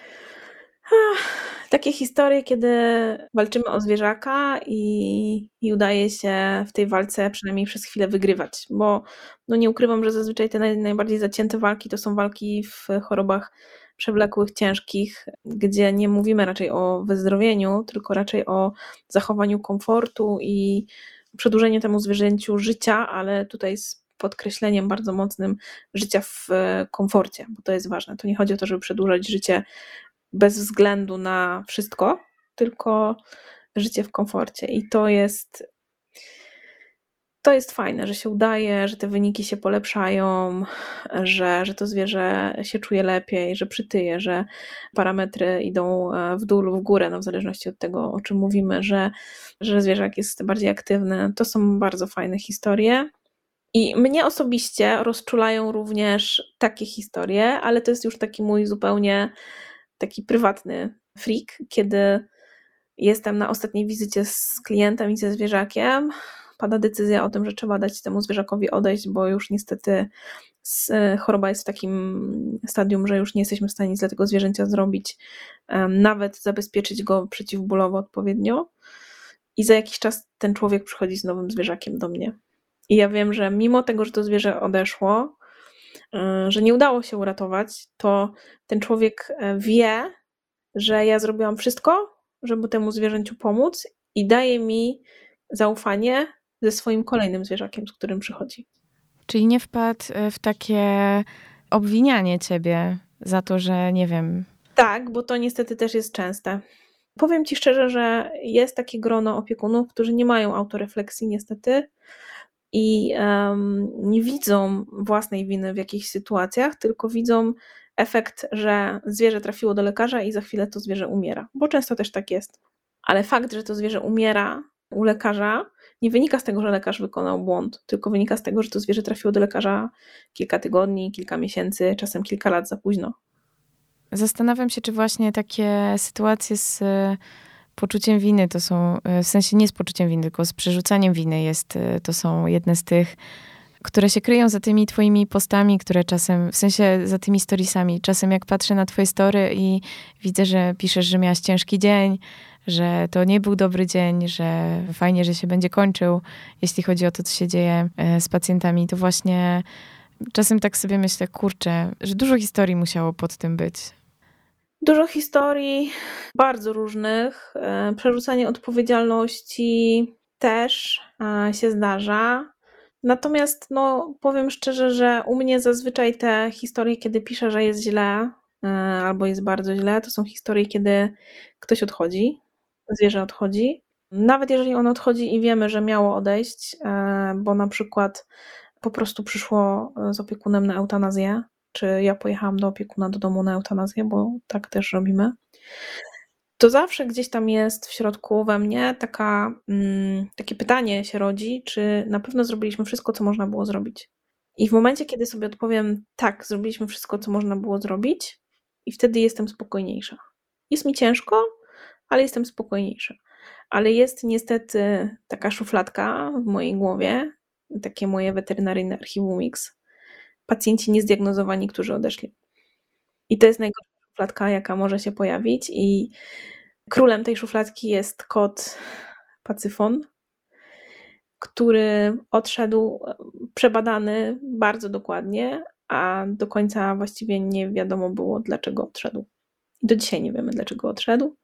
Takie historie, kiedy walczymy o zwierzaka i, i udaje się w tej walce przynajmniej przez chwilę wygrywać, bo no nie ukrywam, że zazwyczaj te naj, najbardziej zacięte walki to są walki w chorobach przewlekłych, ciężkich, gdzie nie mówimy raczej o wyzdrowieniu, tylko raczej o zachowaniu komfortu i przedłużeniu temu zwierzęciu życia, ale tutaj z podkreśleniem bardzo mocnym życia w komforcie, bo to jest ważne. To nie chodzi o to, żeby przedłużać życie bez względu na wszystko, tylko życie w komforcie. I to jest to jest fajne, że się udaje, że te wyniki się polepszają, że, że to zwierzę się czuje lepiej, że przytyje, że parametry idą w dół lub w górę, no w zależności od tego, o czym mówimy, że, że zwierzak jest bardziej aktywny. To są bardzo fajne historie. I mnie osobiście rozczulają również takie historie, ale to jest już taki mój zupełnie taki prywatny freak, kiedy jestem na ostatniej wizycie z klientem i ze zwierzakiem, pada decyzja o tym, że trzeba dać temu zwierzakowi odejść, bo już niestety choroba jest w takim stadium, że już nie jesteśmy w stanie nic dla tego zwierzęcia zrobić, nawet zabezpieczyć go przeciwbólowo odpowiednio. I za jakiś czas ten człowiek przychodzi z nowym zwierzakiem do mnie. I ja wiem, że mimo tego, że to zwierzę odeszło, że nie udało się uratować, to ten człowiek wie, że ja zrobiłam wszystko, żeby temu zwierzęciu pomóc i daje mi zaufanie ze swoim kolejnym zwierzakiem, z którym przychodzi. Czyli nie wpadł w takie obwinianie ciebie za to, że nie wiem... Tak, bo to niestety też jest częste. Powiem ci szczerze, że jest takie grono opiekunów, którzy nie mają autorefleksji niestety i um, nie widzą własnej winy w jakichś sytuacjach, tylko widzą efekt, że zwierzę trafiło do lekarza i za chwilę to zwierzę umiera, bo często też tak jest. Ale fakt, że to zwierzę umiera u lekarza, nie wynika z tego, że lekarz wykonał błąd, tylko wynika z tego, że to zwierzę trafiło do lekarza kilka tygodni, kilka miesięcy, czasem kilka lat za późno. Zastanawiam się, czy właśnie takie sytuacje z poczuciem winy to są, w sensie nie z poczuciem winy, tylko z przerzucaniem winy jest, to są jedne z tych, które się kryją za tymi twoimi postami, które czasem, w sensie za tymi storiesami. Czasem jak patrzę na twoje story i widzę, że piszesz, że miałaś ciężki dzień, że to nie był dobry dzień, że fajnie, że się będzie kończył, jeśli chodzi o to, co się dzieje z pacjentami, to właśnie czasem tak sobie myślę, kurczę, że dużo historii musiało pod tym być. Dużo historii, bardzo różnych. Przerzucanie odpowiedzialności też się zdarza. Natomiast no, powiem szczerze, że u mnie zazwyczaj te historie, kiedy piszę, że jest źle albo jest bardzo źle, to są historie, kiedy ktoś odchodzi, zwierzę odchodzi. Nawet jeżeli ono odchodzi i wiemy, że miało odejść, bo na przykład po prostu przyszło z opiekunem na eutanazję, czy ja pojechałam do opiekuna do domu na eutanazję, bo tak też robimy, to zawsze gdzieś tam jest w środku we mnie taka, mm, takie pytanie się rodzi, czy na pewno zrobiliśmy wszystko, co można było zrobić. I w momencie, kiedy sobie odpowiem, tak, zrobiliśmy wszystko, co można było zrobić, i wtedy jestem spokojniejsza. Jest mi ciężko, ale jestem spokojniejsza. Ale jest niestety taka szufladka w mojej głowie, takie moje weterynaryjne archiwum X, pacjenci niezdiagnozowani, którzy odeszli. I to jest najgorsza szufladka, jaka może się pojawić, i królem tej szufladki jest kot Pacyfon, który odszedł przebadany bardzo dokładnie, a do końca właściwie nie wiadomo było, dlaczego odszedł. Do dzisiaj nie wiemy, dlaczego odszedł.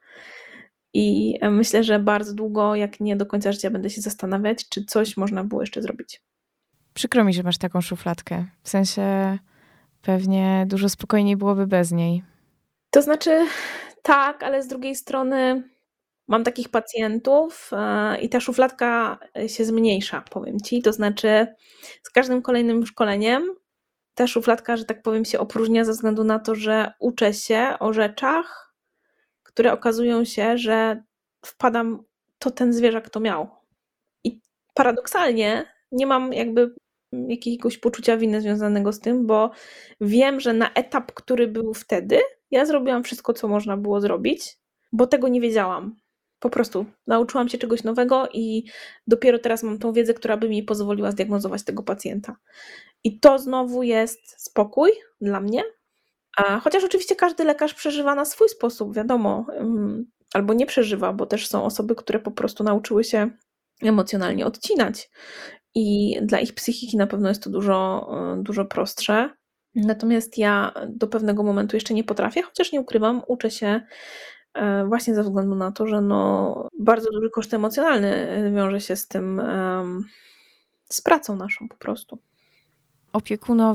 I myślę, że bardzo długo, jak nie do końca życia, będę się zastanawiać, czy coś można było jeszcze zrobić. Przykro mi, że masz taką szufladkę. W sensie pewnie dużo spokojniej byłoby bez niej. To znaczy tak, ale z drugiej strony mam takich pacjentów i ta szufladka się zmniejsza, powiem ci. To znaczy z każdym kolejnym szkoleniem ta szufladka, że tak powiem, się opróżnia ze względu na to, że uczę się o rzeczach, które okazują się, że wpadam, to ten zwierzak to miał. I paradoksalnie nie mam jakby jakiegoś poczucia winy związanego z tym, bo wiem, że na etap, który był wtedy, ja zrobiłam wszystko, co można było zrobić, bo tego nie wiedziałam. Po prostu nauczyłam się czegoś nowego i dopiero teraz mam tą wiedzę, która by mi pozwoliła zdiagnozować tego pacjenta. I to znowu jest spokój dla mnie. A chociaż oczywiście każdy lekarz przeżywa na swój sposób, wiadomo, albo nie przeżywa, bo też są osoby, które po prostu nauczyły się emocjonalnie odcinać i dla ich psychiki na pewno jest to dużo, dużo prostsze. Natomiast ja do pewnego momentu jeszcze nie potrafię, chociaż nie ukrywam, uczę się właśnie ze względu na to, że no bardzo duży koszt emocjonalny wiąże się z tym, z pracą naszą po prostu.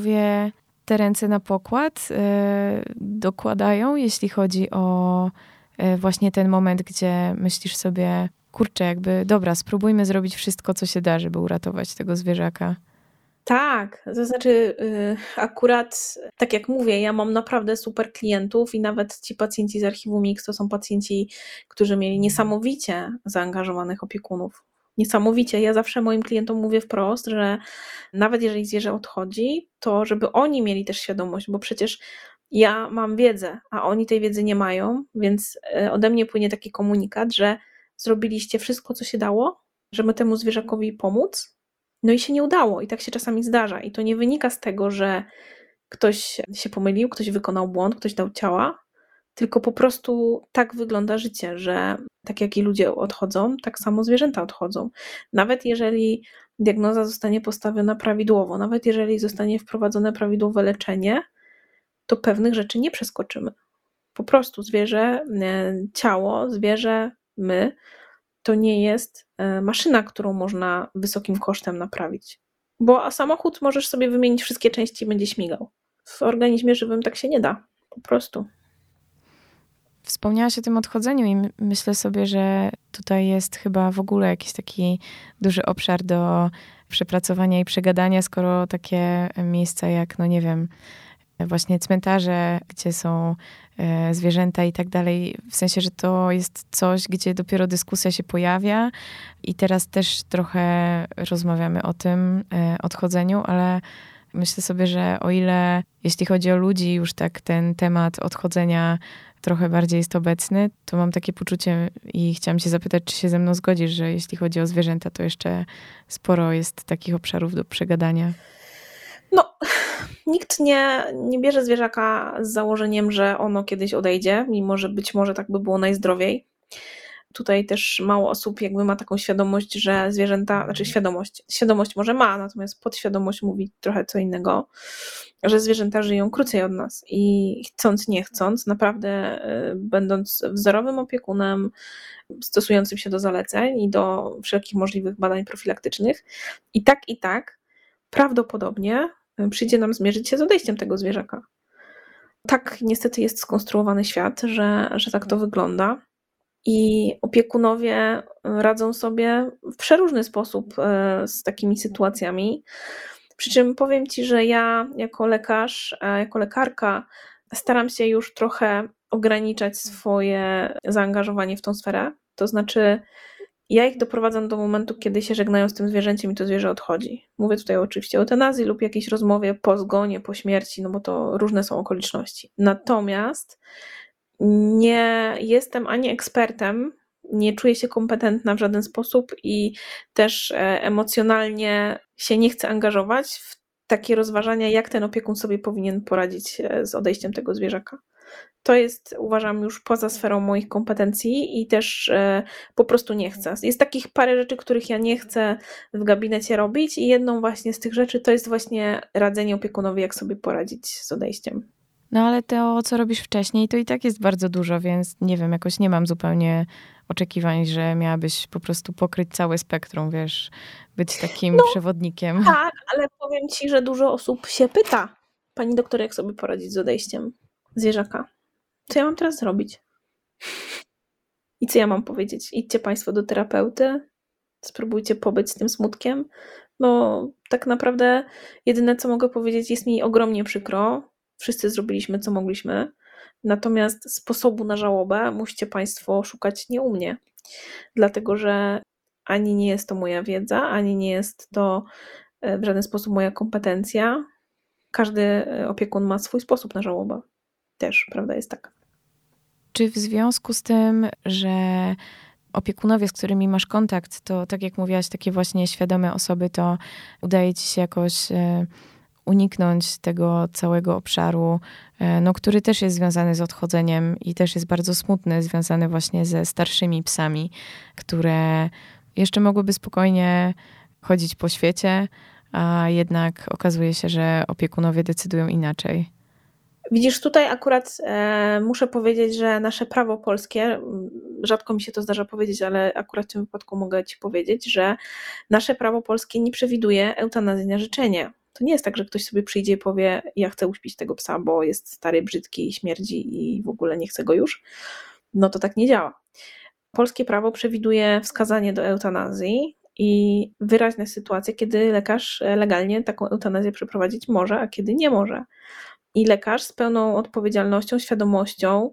Opiekunowie te ręce na pokład yy, dokładają, jeśli chodzi o właśnie ten moment, gdzie myślisz sobie, kurczę, jakby dobra, spróbujmy zrobić wszystko, co się da, żeby uratować tego zwierzaka. Tak, to znaczy y, akurat, tak jak mówię, ja mam naprawdę super klientów i nawet ci pacjenci z archiwum Mix to są pacjenci, którzy mieli niesamowicie zaangażowanych opiekunów. Niesamowicie. Ja zawsze moim klientom mówię wprost, że nawet jeżeli zwierzę odchodzi, to żeby oni mieli też świadomość, bo przecież ja mam wiedzę, a oni tej wiedzy nie mają, więc y, ode mnie płynie taki komunikat, że zrobiliście wszystko, co się dało, żeby temu zwierzakowi pomóc. No i się nie udało i tak się czasami zdarza i to nie wynika z tego, że ktoś się pomylił, ktoś wykonał błąd, ktoś dał ciała, tylko po prostu tak wygląda życie, że tak jak i ludzie odchodzą, tak samo zwierzęta odchodzą. Nawet jeżeli diagnoza zostanie postawiona prawidłowo, nawet jeżeli zostanie wprowadzone prawidłowe leczenie, to pewnych rzeczy nie przeskoczymy. Po prostu zwierzę, ciało, zwierzę, my to nie jest maszyna, którą można wysokim kosztem naprawić. Bo samochód możesz sobie wymienić wszystkie części i będzie śmigał. W organizmie żywym tak się nie da. Po prostu. Wspomniałaś o tym odchodzeniu i myślę sobie, że tutaj jest chyba w ogóle jakiś taki duży obszar do przepracowania i przegadania, skoro takie miejsca jak, no nie wiem, właśnie cmentarze, gdzie są e, zwierzęta i tak dalej, w sensie, że to jest coś, gdzie dopiero dyskusja się pojawia i teraz też trochę rozmawiamy o tym e, odchodzeniu, ale myślę sobie, że o ile jeśli chodzi o ludzi już tak ten temat odchodzenia trochę bardziej jest obecny, to mam takie poczucie i chciałam cię zapytać, czy się ze mną zgodzisz, że jeśli chodzi o zwierzęta, to jeszcze sporo jest takich obszarów do przegadania. No, nikt nie, nie bierze zwierzaka z założeniem, że ono kiedyś odejdzie, mimo że być może tak by było najzdrowiej. Tutaj też mało osób jakby ma taką świadomość, że zwierzęta, znaczy świadomość, świadomość może ma, natomiast podświadomość mówi trochę co innego, że zwierzęta żyją krócej od nas i chcąc, nie chcąc, naprawdę będąc wzorowym opiekunem, stosującym się do zaleceń i do wszelkich możliwych badań profilaktycznych i tak i tak prawdopodobnie przyjdzie nam zmierzyć się z odejściem tego zwierzaka. Tak niestety jest skonstruowany świat, że, że tak to wygląda. I opiekunowie radzą sobie w przeróżny sposób z takimi sytuacjami. Przy czym powiem ci, że ja jako lekarz, jako lekarka staram się już trochę ograniczać swoje zaangażowanie w tą sferę. To znaczy, ja ich doprowadzam do momentu, kiedy się żegnają z tym zwierzęciem i to zwierzę odchodzi. Mówię tutaj oczywiście o eutanazji lub jakiejś rozmowie po zgonie, po śmierci, no bo to różne są okoliczności. Natomiast nie jestem ani ekspertem, nie czuję się kompetentna w żaden sposób i też emocjonalnie się nie chcę angażować w takie rozważania, jak ten opiekun sobie powinien poradzić z odejściem tego zwierzaka. To jest, uważam, już poza sferą moich kompetencji i też e, po prostu nie chcę. Jest takich parę rzeczy, których ja nie chcę w gabinecie robić i jedną właśnie z tych rzeczy to jest właśnie radzenie opiekunowi, jak sobie poradzić z odejściem. No ale to, co robisz wcześniej, to i tak jest bardzo dużo, więc nie wiem, jakoś nie mam zupełnie oczekiwań, że miałabyś po prostu pokryć całe spektrum, wiesz, być takim no, przewodnikiem. Tak, ale powiem ci, że dużo osób się pyta, pani doktor, jak sobie poradzić z odejściem zwierzaka. Co ja mam teraz zrobić? I co ja mam powiedzieć? Idźcie państwo do terapeuty, spróbujcie pobyć z tym smutkiem, bo tak naprawdę jedyne, co mogę powiedzieć, jest mi ogromnie przykro. Wszyscy zrobiliśmy, co mogliśmy, natomiast sposobu na żałobę musicie państwo szukać nie u mnie, dlatego że ani nie jest to moja wiedza, ani nie jest to w żaden sposób moja kompetencja. Każdy opiekun ma swój sposób na żałobę. Też, prawda jest taka. Czy w związku z tym, że opiekunowie, z którymi masz kontakt, to tak jak mówiłaś, takie właśnie świadome osoby, to udaje ci się jakoś uniknąć tego całego obszaru, no, który też jest związany z odchodzeniem i też jest bardzo smutny, związany właśnie ze starszymi psami, które jeszcze mogłyby spokojnie chodzić po świecie, a jednak okazuje się, że opiekunowie decydują inaczej. Widzisz, tutaj akurat e, muszę powiedzieć, że nasze prawo polskie, rzadko mi się to zdarza powiedzieć, ale akurat w tym wypadku mogę ci powiedzieć, że nasze prawo polskie nie przewiduje eutanazji na życzenie. To nie jest tak, że ktoś sobie przyjdzie i powie, ja chcę uśpić tego psa, bo jest stary, brzydki, śmierdzi i w ogóle nie chcę go już. No to tak nie działa. Polskie prawo przewiduje wskazanie do eutanazji i wyraźne sytuacje, kiedy lekarz legalnie taką eutanazję przeprowadzić może, a kiedy nie może. I lekarz z pełną odpowiedzialnością, świadomością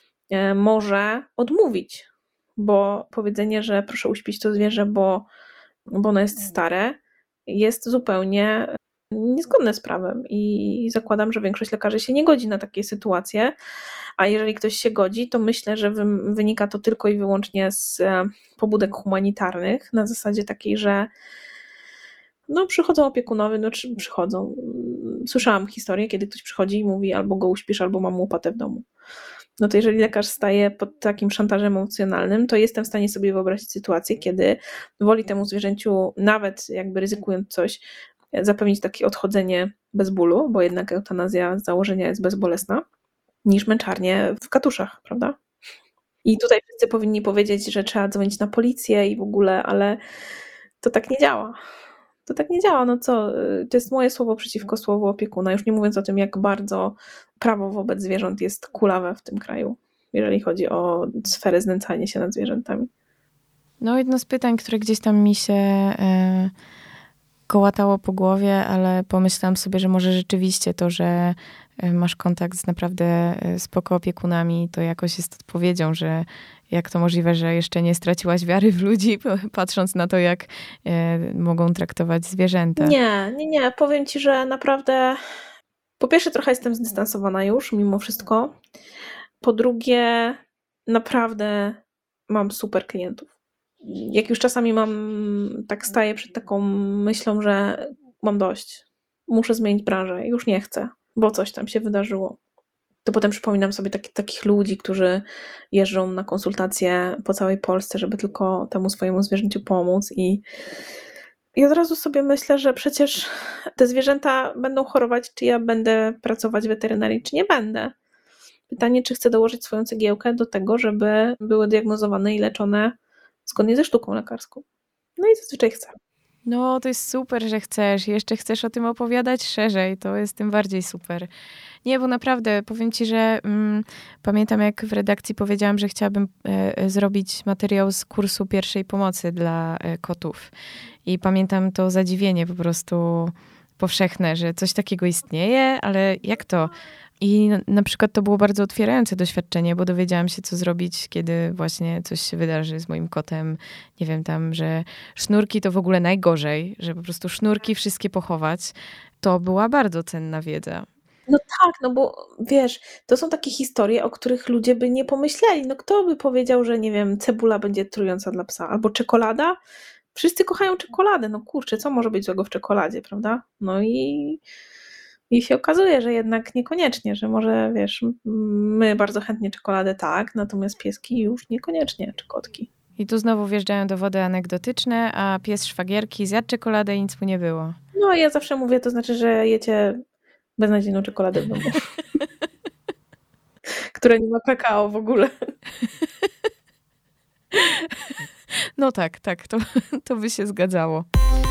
może odmówić, bo powiedzenie, że proszę uśpić to zwierzę, bo, bo ono jest stare, jest zupełnie niezgodne z prawem i zakładam, że większość lekarzy się nie godzi na takie sytuacje, a jeżeli ktoś się godzi, to myślę, że wynika to tylko i wyłącznie z pobudek humanitarnych, na zasadzie takiej, że no przychodzą opiekunowie, no czy przychodzą. Słyszałam historię, kiedy ktoś przychodzi i mówi albo go uśpisz, albo mam łopatę w domu. No to jeżeli lekarz staje pod takim szantażem emocjonalnym, to jestem w stanie sobie wyobrazić sytuację, kiedy woli temu zwierzęciu, nawet jakby ryzykując coś, zapewnić takie odchodzenie bez bólu, bo jednak eutanazja z założenia jest bezbolesna, niż męczarnię w katuszach, prawda? I tutaj wszyscy powinni powiedzieć, że trzeba dzwonić na policję i w ogóle, ale to tak nie działa. To tak nie działa, no co, to jest moje słowo przeciwko słowu opiekuna, już nie mówiąc o tym, jak bardzo prawo wobec zwierząt jest kulawe w tym kraju, jeżeli chodzi o sferę znęcania się nad zwierzętami. No jedno z pytań, które gdzieś tam mi się e, kołatało po głowie, ale pomyślałam sobie, że może rzeczywiście to, że masz kontakt z naprawdę spoko opiekunami, to jakoś jest odpowiedzią, że jak to możliwe, że jeszcze nie straciłaś wiary w ludzi, patrząc na to, jak e, mogą traktować zwierzęta. Nie, nie, nie. Powiem ci, że naprawdę po pierwsze trochę jestem zdystansowana już, mimo wszystko. Po drugie, naprawdę mam super klientów. Jak już czasami mam, tak staję przed taką myślą, że mam dość. Muszę zmienić branżę, już nie chcę, bo coś tam się wydarzyło. To potem przypominam sobie taki, takich ludzi, którzy jeżdżą na konsultacje po całej Polsce, żeby tylko temu swojemu zwierzęciu pomóc i, i od razu sobie myślę, że przecież te zwierzęta będą chorować, czy ja będę pracować w weterynarii, czy nie będę. Pytanie, czy chcę dołożyć swoją cegiełkę do tego, żeby były diagnozowane i leczone zgodnie ze sztuką lekarską. No i zazwyczaj chcę. No, to jest super, że chcesz. Jeszcze chcesz o tym opowiadać szerzej. To jest tym bardziej super. Nie, bo naprawdę, powiem ci, że mm, pamiętam, jak w redakcji powiedziałam, że chciałabym e, zrobić materiał z kursu pierwszej pomocy dla e, kotów. I pamiętam to zadziwienie po prostu powszechne, że coś takiego istnieje, ale jak to? I na, na przykład to było bardzo otwierające doświadczenie, bo dowiedziałam się, co zrobić, kiedy właśnie coś się wydarzy z moim kotem. Nie wiem, tam, że sznurki to w ogóle najgorzej, że po prostu sznurki wszystkie pochować. To była bardzo cenna wiedza. No tak, no bo wiesz, to są takie historie, o których ludzie by nie pomyśleli. No kto by powiedział, że nie wiem, cebula będzie trująca dla psa, albo czekolada? Wszyscy kochają czekoladę, no kurczę, co może być złego w czekoladzie, prawda? No i, i się okazuje, że jednak niekoniecznie, że może, wiesz, my bardzo chętnie czekoladę tak, natomiast pieski już niekoniecznie, czy kotki. I tu znowu wjeżdżają dowody anegdotyczne, a pies szwagierki zjadł czekoladę i nic mu nie było. No ja zawsze mówię, to znaczy, że jecie beznadziejną czekoladę w domu, która nie ma kakao w ogóle. No tak, tak, to, to by się zgadzało.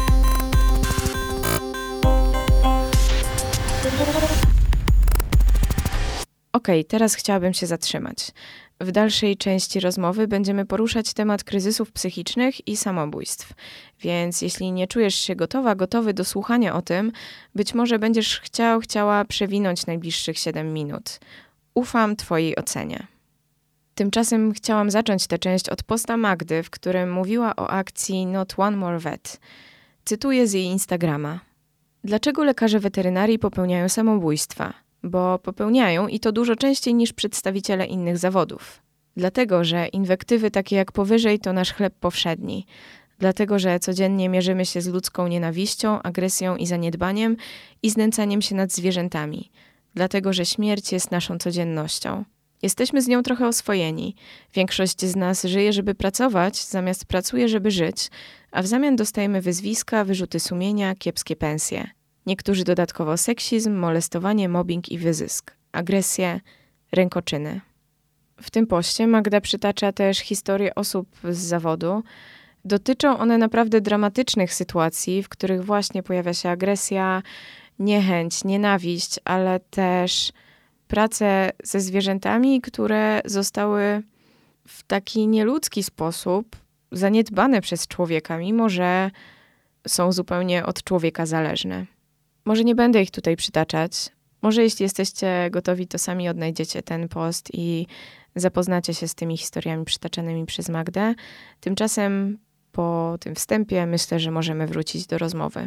Okej, teraz chciałabym się zatrzymać. W dalszej części rozmowy będziemy poruszać temat kryzysów psychicznych i samobójstw. Więc jeśli nie czujesz się gotowa, gotowy do słuchania o tym, być może będziesz chciał, chciała przewinąć najbliższych siedem minut. Ufam twojej ocenie. Tymczasem chciałam zacząć tę część od posta Magdy, w którym mówiła o akcji Not One More Vet. Cytuję z jej Instagrama. Dlaczego lekarze weterynarii popełniają samobójstwa? Bo popełniają i to dużo częściej niż przedstawiciele innych zawodów. Dlatego, że inwektywy takie jak powyżej to nasz chleb powszedni. Dlatego, że codziennie mierzymy się z ludzką nienawiścią, agresją i zaniedbaniem i znęcaniem się nad zwierzętami. Dlatego, że śmierć jest naszą codziennością. Jesteśmy z nią trochę oswojeni. Większość z nas żyje, żeby pracować, zamiast pracuje, żeby żyć, a w zamian dostajemy wyzwiska, wyrzuty sumienia, kiepskie pensje. Niektórzy dodatkowo seksizm, molestowanie, mobbing i wyzysk, agresję, rękoczyny. W tym poście Magda przytacza też historie osób z zawodu. Dotyczą one naprawdę dramatycznych sytuacji, w których właśnie pojawia się agresja, niechęć, nienawiść, ale też prace ze zwierzętami, które zostały w taki nieludzki sposób zaniedbane przez człowieka, mimo że są zupełnie od człowieka zależne. Może nie będę ich tutaj przytaczać. Może jeśli jesteście gotowi, to sami odnajdziecie ten post i zapoznacie się z tymi historiami przytaczanymi przez Magdę. Tymczasem po tym wstępie myślę, że możemy wrócić do rozmowy.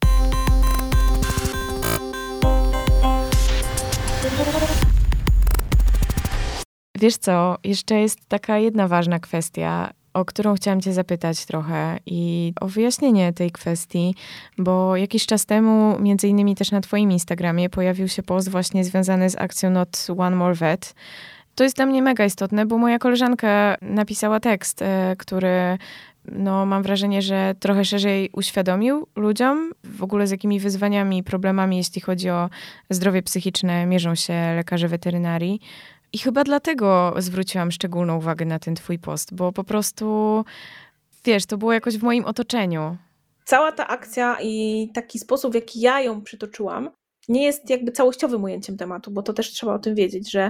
Wiesz co, jeszcze jest taka jedna ważna kwestia, o którą chciałam cię zapytać trochę i o wyjaśnienie tej kwestii, bo jakiś czas temu, między innymi też na twoim Instagramie, pojawił się post właśnie związany z akcją Not One More Vet. To jest dla mnie mega istotne, bo moja koleżanka napisała tekst, który, no, mam wrażenie, że trochę szerzej uświadomił ludziom w ogóle z jakimi wyzwaniami i problemami, jeśli chodzi o zdrowie psychiczne, mierzą się lekarze weterynarii. I chyba dlatego zwróciłam szczególną uwagę na ten twój post, bo po prostu, wiesz, to było jakoś w moim otoczeniu. Cała ta akcja i taki sposób, w jaki ja ją przytoczyłam, nie jest jakby całościowym ujęciem tematu, bo to też trzeba o tym wiedzieć, że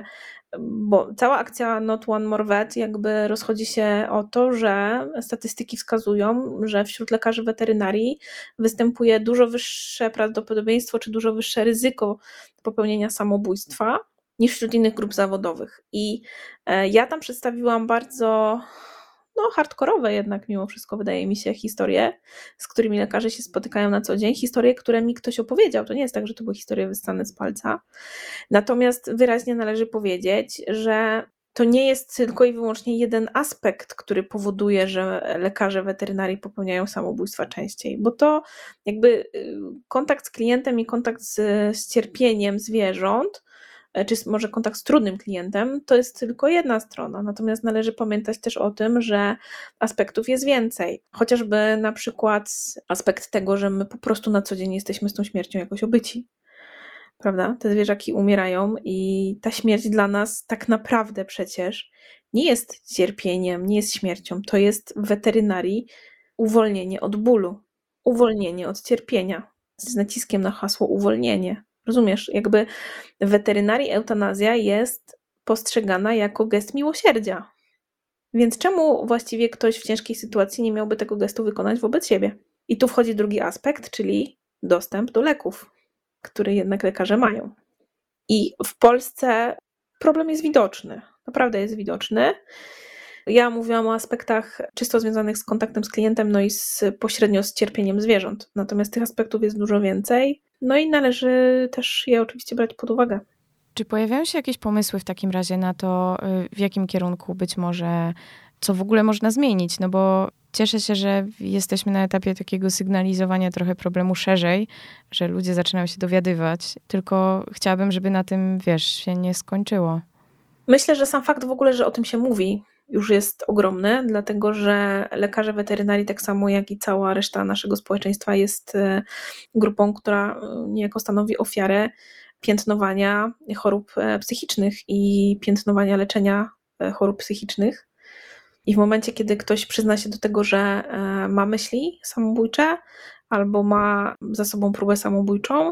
bo cała akcja Not One More Vet jakby rozchodzi się o to, że statystyki wskazują, że wśród lekarzy weterynarii występuje dużo wyższe prawdopodobieństwo czy dużo wyższe ryzyko popełnienia samobójstwa niż wśród innych grup zawodowych. I ja tam przedstawiłam bardzo no, hardkorowe jednak mimo wszystko, wydaje mi się, historie, z którymi lekarze się spotykają na co dzień. Historie, które mi ktoś opowiedział. To nie jest tak, że to były historie wyssane z palca. Natomiast wyraźnie należy powiedzieć, że to nie jest tylko i wyłącznie jeden aspekt, który powoduje, że lekarze weterynarii popełniają samobójstwa częściej, bo to jakby kontakt z klientem i kontakt z, z cierpieniem zwierząt, czy może kontakt z trudnym klientem, to jest tylko jedna strona. Natomiast należy pamiętać też o tym, że aspektów jest więcej. Chociażby na przykład aspekt tego, że my po prostu na co dzień jesteśmy z tą śmiercią jakoś obyci. Prawda? Te zwierzaki umierają i ta śmierć dla nas tak naprawdę przecież nie jest cierpieniem, nie jest śmiercią. To jest w weterynarii uwolnienie od bólu, uwolnienie od cierpienia. Z naciskiem na hasło uwolnienie. Rozumiesz, jakby w weterynarii eutanazja jest postrzegana jako gest miłosierdzia. Więc czemu właściwie ktoś w ciężkiej sytuacji nie miałby tego gestu wykonać wobec siebie? I tu wchodzi drugi aspekt, czyli dostęp do leków, który jednak lekarze mają. I w Polsce problem jest widoczny, naprawdę jest widoczny. Ja mówiłam o aspektach czysto związanych z kontaktem z klientem, no i z, pośrednio z cierpieniem zwierząt. Natomiast tych aspektów jest dużo więcej. No i należy też je oczywiście brać pod uwagę. Czy pojawiają się jakieś pomysły w takim razie na to, w jakim kierunku być może, co w ogóle można zmienić? No bo cieszę się, że jesteśmy na etapie takiego sygnalizowania trochę problemu szerzej, że ludzie zaczynają się dowiadywać. Tylko chciałabym, żeby na tym, wiesz, się nie skończyło. Myślę, że sam fakt w ogóle, że o tym się mówi, już jest ogromny, dlatego że lekarze weterynarii, tak samo jak i cała reszta naszego społeczeństwa, jest grupą, która niejako stanowi ofiarę piętnowania chorób psychicznych i piętnowania leczenia chorób psychicznych. I w momencie, kiedy ktoś przyzna się do tego, że ma myśli samobójcze, albo ma za sobą próbę samobójczą,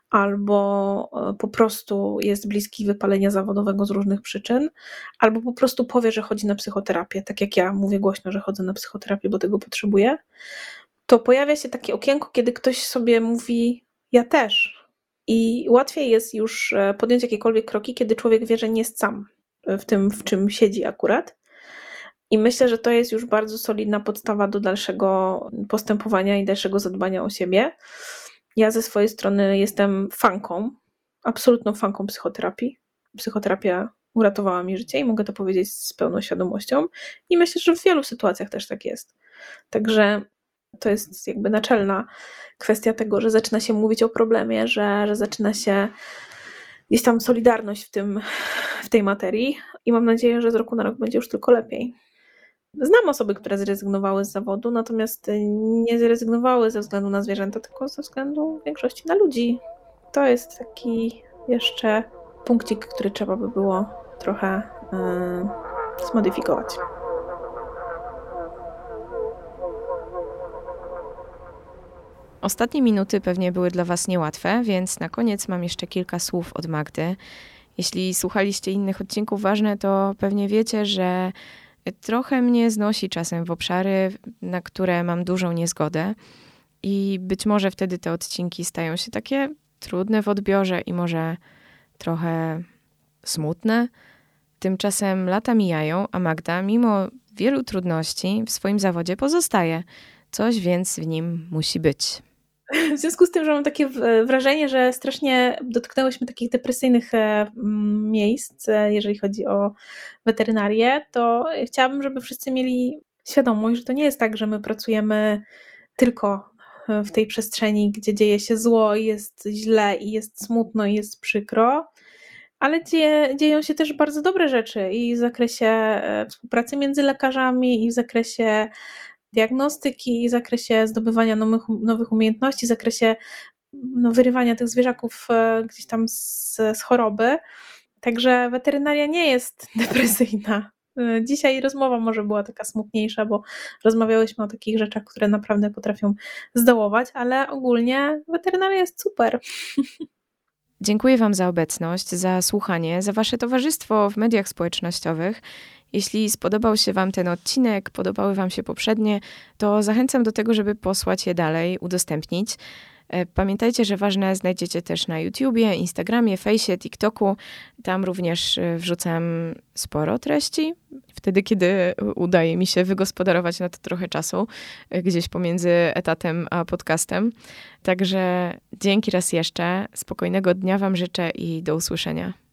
albo po prostu jest bliski wypalenia zawodowego z różnych przyczyn, albo po prostu powie, że chodzi na psychoterapię, tak jak ja mówię głośno, że chodzę na psychoterapię, bo tego potrzebuję, to pojawia się takie okienko, kiedy ktoś sobie mówi, ja też. I łatwiej jest już podjąć jakiekolwiek kroki, kiedy człowiek wie, że nie jest sam w tym, w czym siedzi akurat. I myślę, że to jest już bardzo solidna podstawa do dalszego postępowania i dalszego zadbania o siebie. Ja ze swojej strony jestem fanką, absolutną fanką psychoterapii. Psychoterapia uratowała mi życie i mogę to powiedzieć z pełną świadomością. I myślę, że w wielu sytuacjach też tak jest. Także to jest jakby naczelna kwestia tego, że zaczyna się mówić o problemie, że, że zaczyna się gdzieś tam solidarność w, tym, w tej materii i mam nadzieję, że z roku na rok będzie już tylko lepiej. Znam osoby, które zrezygnowały z zawodu, natomiast nie zrezygnowały ze względu na zwierzęta, tylko ze względu w większości na ludzi. To jest taki jeszcze punkcik, który trzeba by było trochę yy, zmodyfikować. Ostatnie minuty pewnie były dla was niełatwe, więc na koniec mam jeszcze kilka słów od Magdy. Jeśli słuchaliście innych odcinków ważne, to pewnie wiecie, że trochę mnie znosi czasem w obszary, na które mam dużą niezgodę i być może wtedy te odcinki stają się takie trudne w odbiorze i może trochę smutne. Tymczasem lata mijają, a Magda mimo wielu trudności w swoim zawodzie pozostaje. Coś więc w nim musi być. W związku z tym, że mam takie wrażenie, że strasznie dotknęłyśmy takich depresyjnych miejsc, jeżeli chodzi o weterynarię, to chciałabym, żeby wszyscy mieli świadomość, że to nie jest tak, że my pracujemy tylko w tej przestrzeni, gdzie dzieje się zło i jest źle i jest smutno i jest przykro, ale dzieje, dzieją się też bardzo dobre rzeczy i w zakresie współpracy między lekarzami, i w zakresie diagnostyki, i w zakresie zdobywania nowych, nowych umiejętności, w zakresie no, wyrywania tych zwierzaków gdzieś tam z, z choroby. Także weterynaria nie jest depresyjna. Dzisiaj rozmowa może była taka smutniejsza, bo rozmawiałyśmy o takich rzeczach, które naprawdę potrafią zdołować, ale ogólnie weterynaria jest super. Dziękuję Wam za obecność, za słuchanie, za Wasze towarzystwo w mediach społecznościowych. Jeśli spodobał się Wam ten odcinek, podobały Wam się poprzednie, to zachęcam do tego, żeby posłać je dalej, udostępnić. Pamiętajcie, że ważne znajdziecie też na YouTubie, Instagramie, Fejsie, TikToku. Tam również wrzucam sporo treści. Wtedy, kiedy udaje mi się wygospodarować na to trochę czasu, gdzieś pomiędzy etatem a podcastem. Także dzięki raz jeszcze. Spokojnego dnia Wam życzę i do usłyszenia.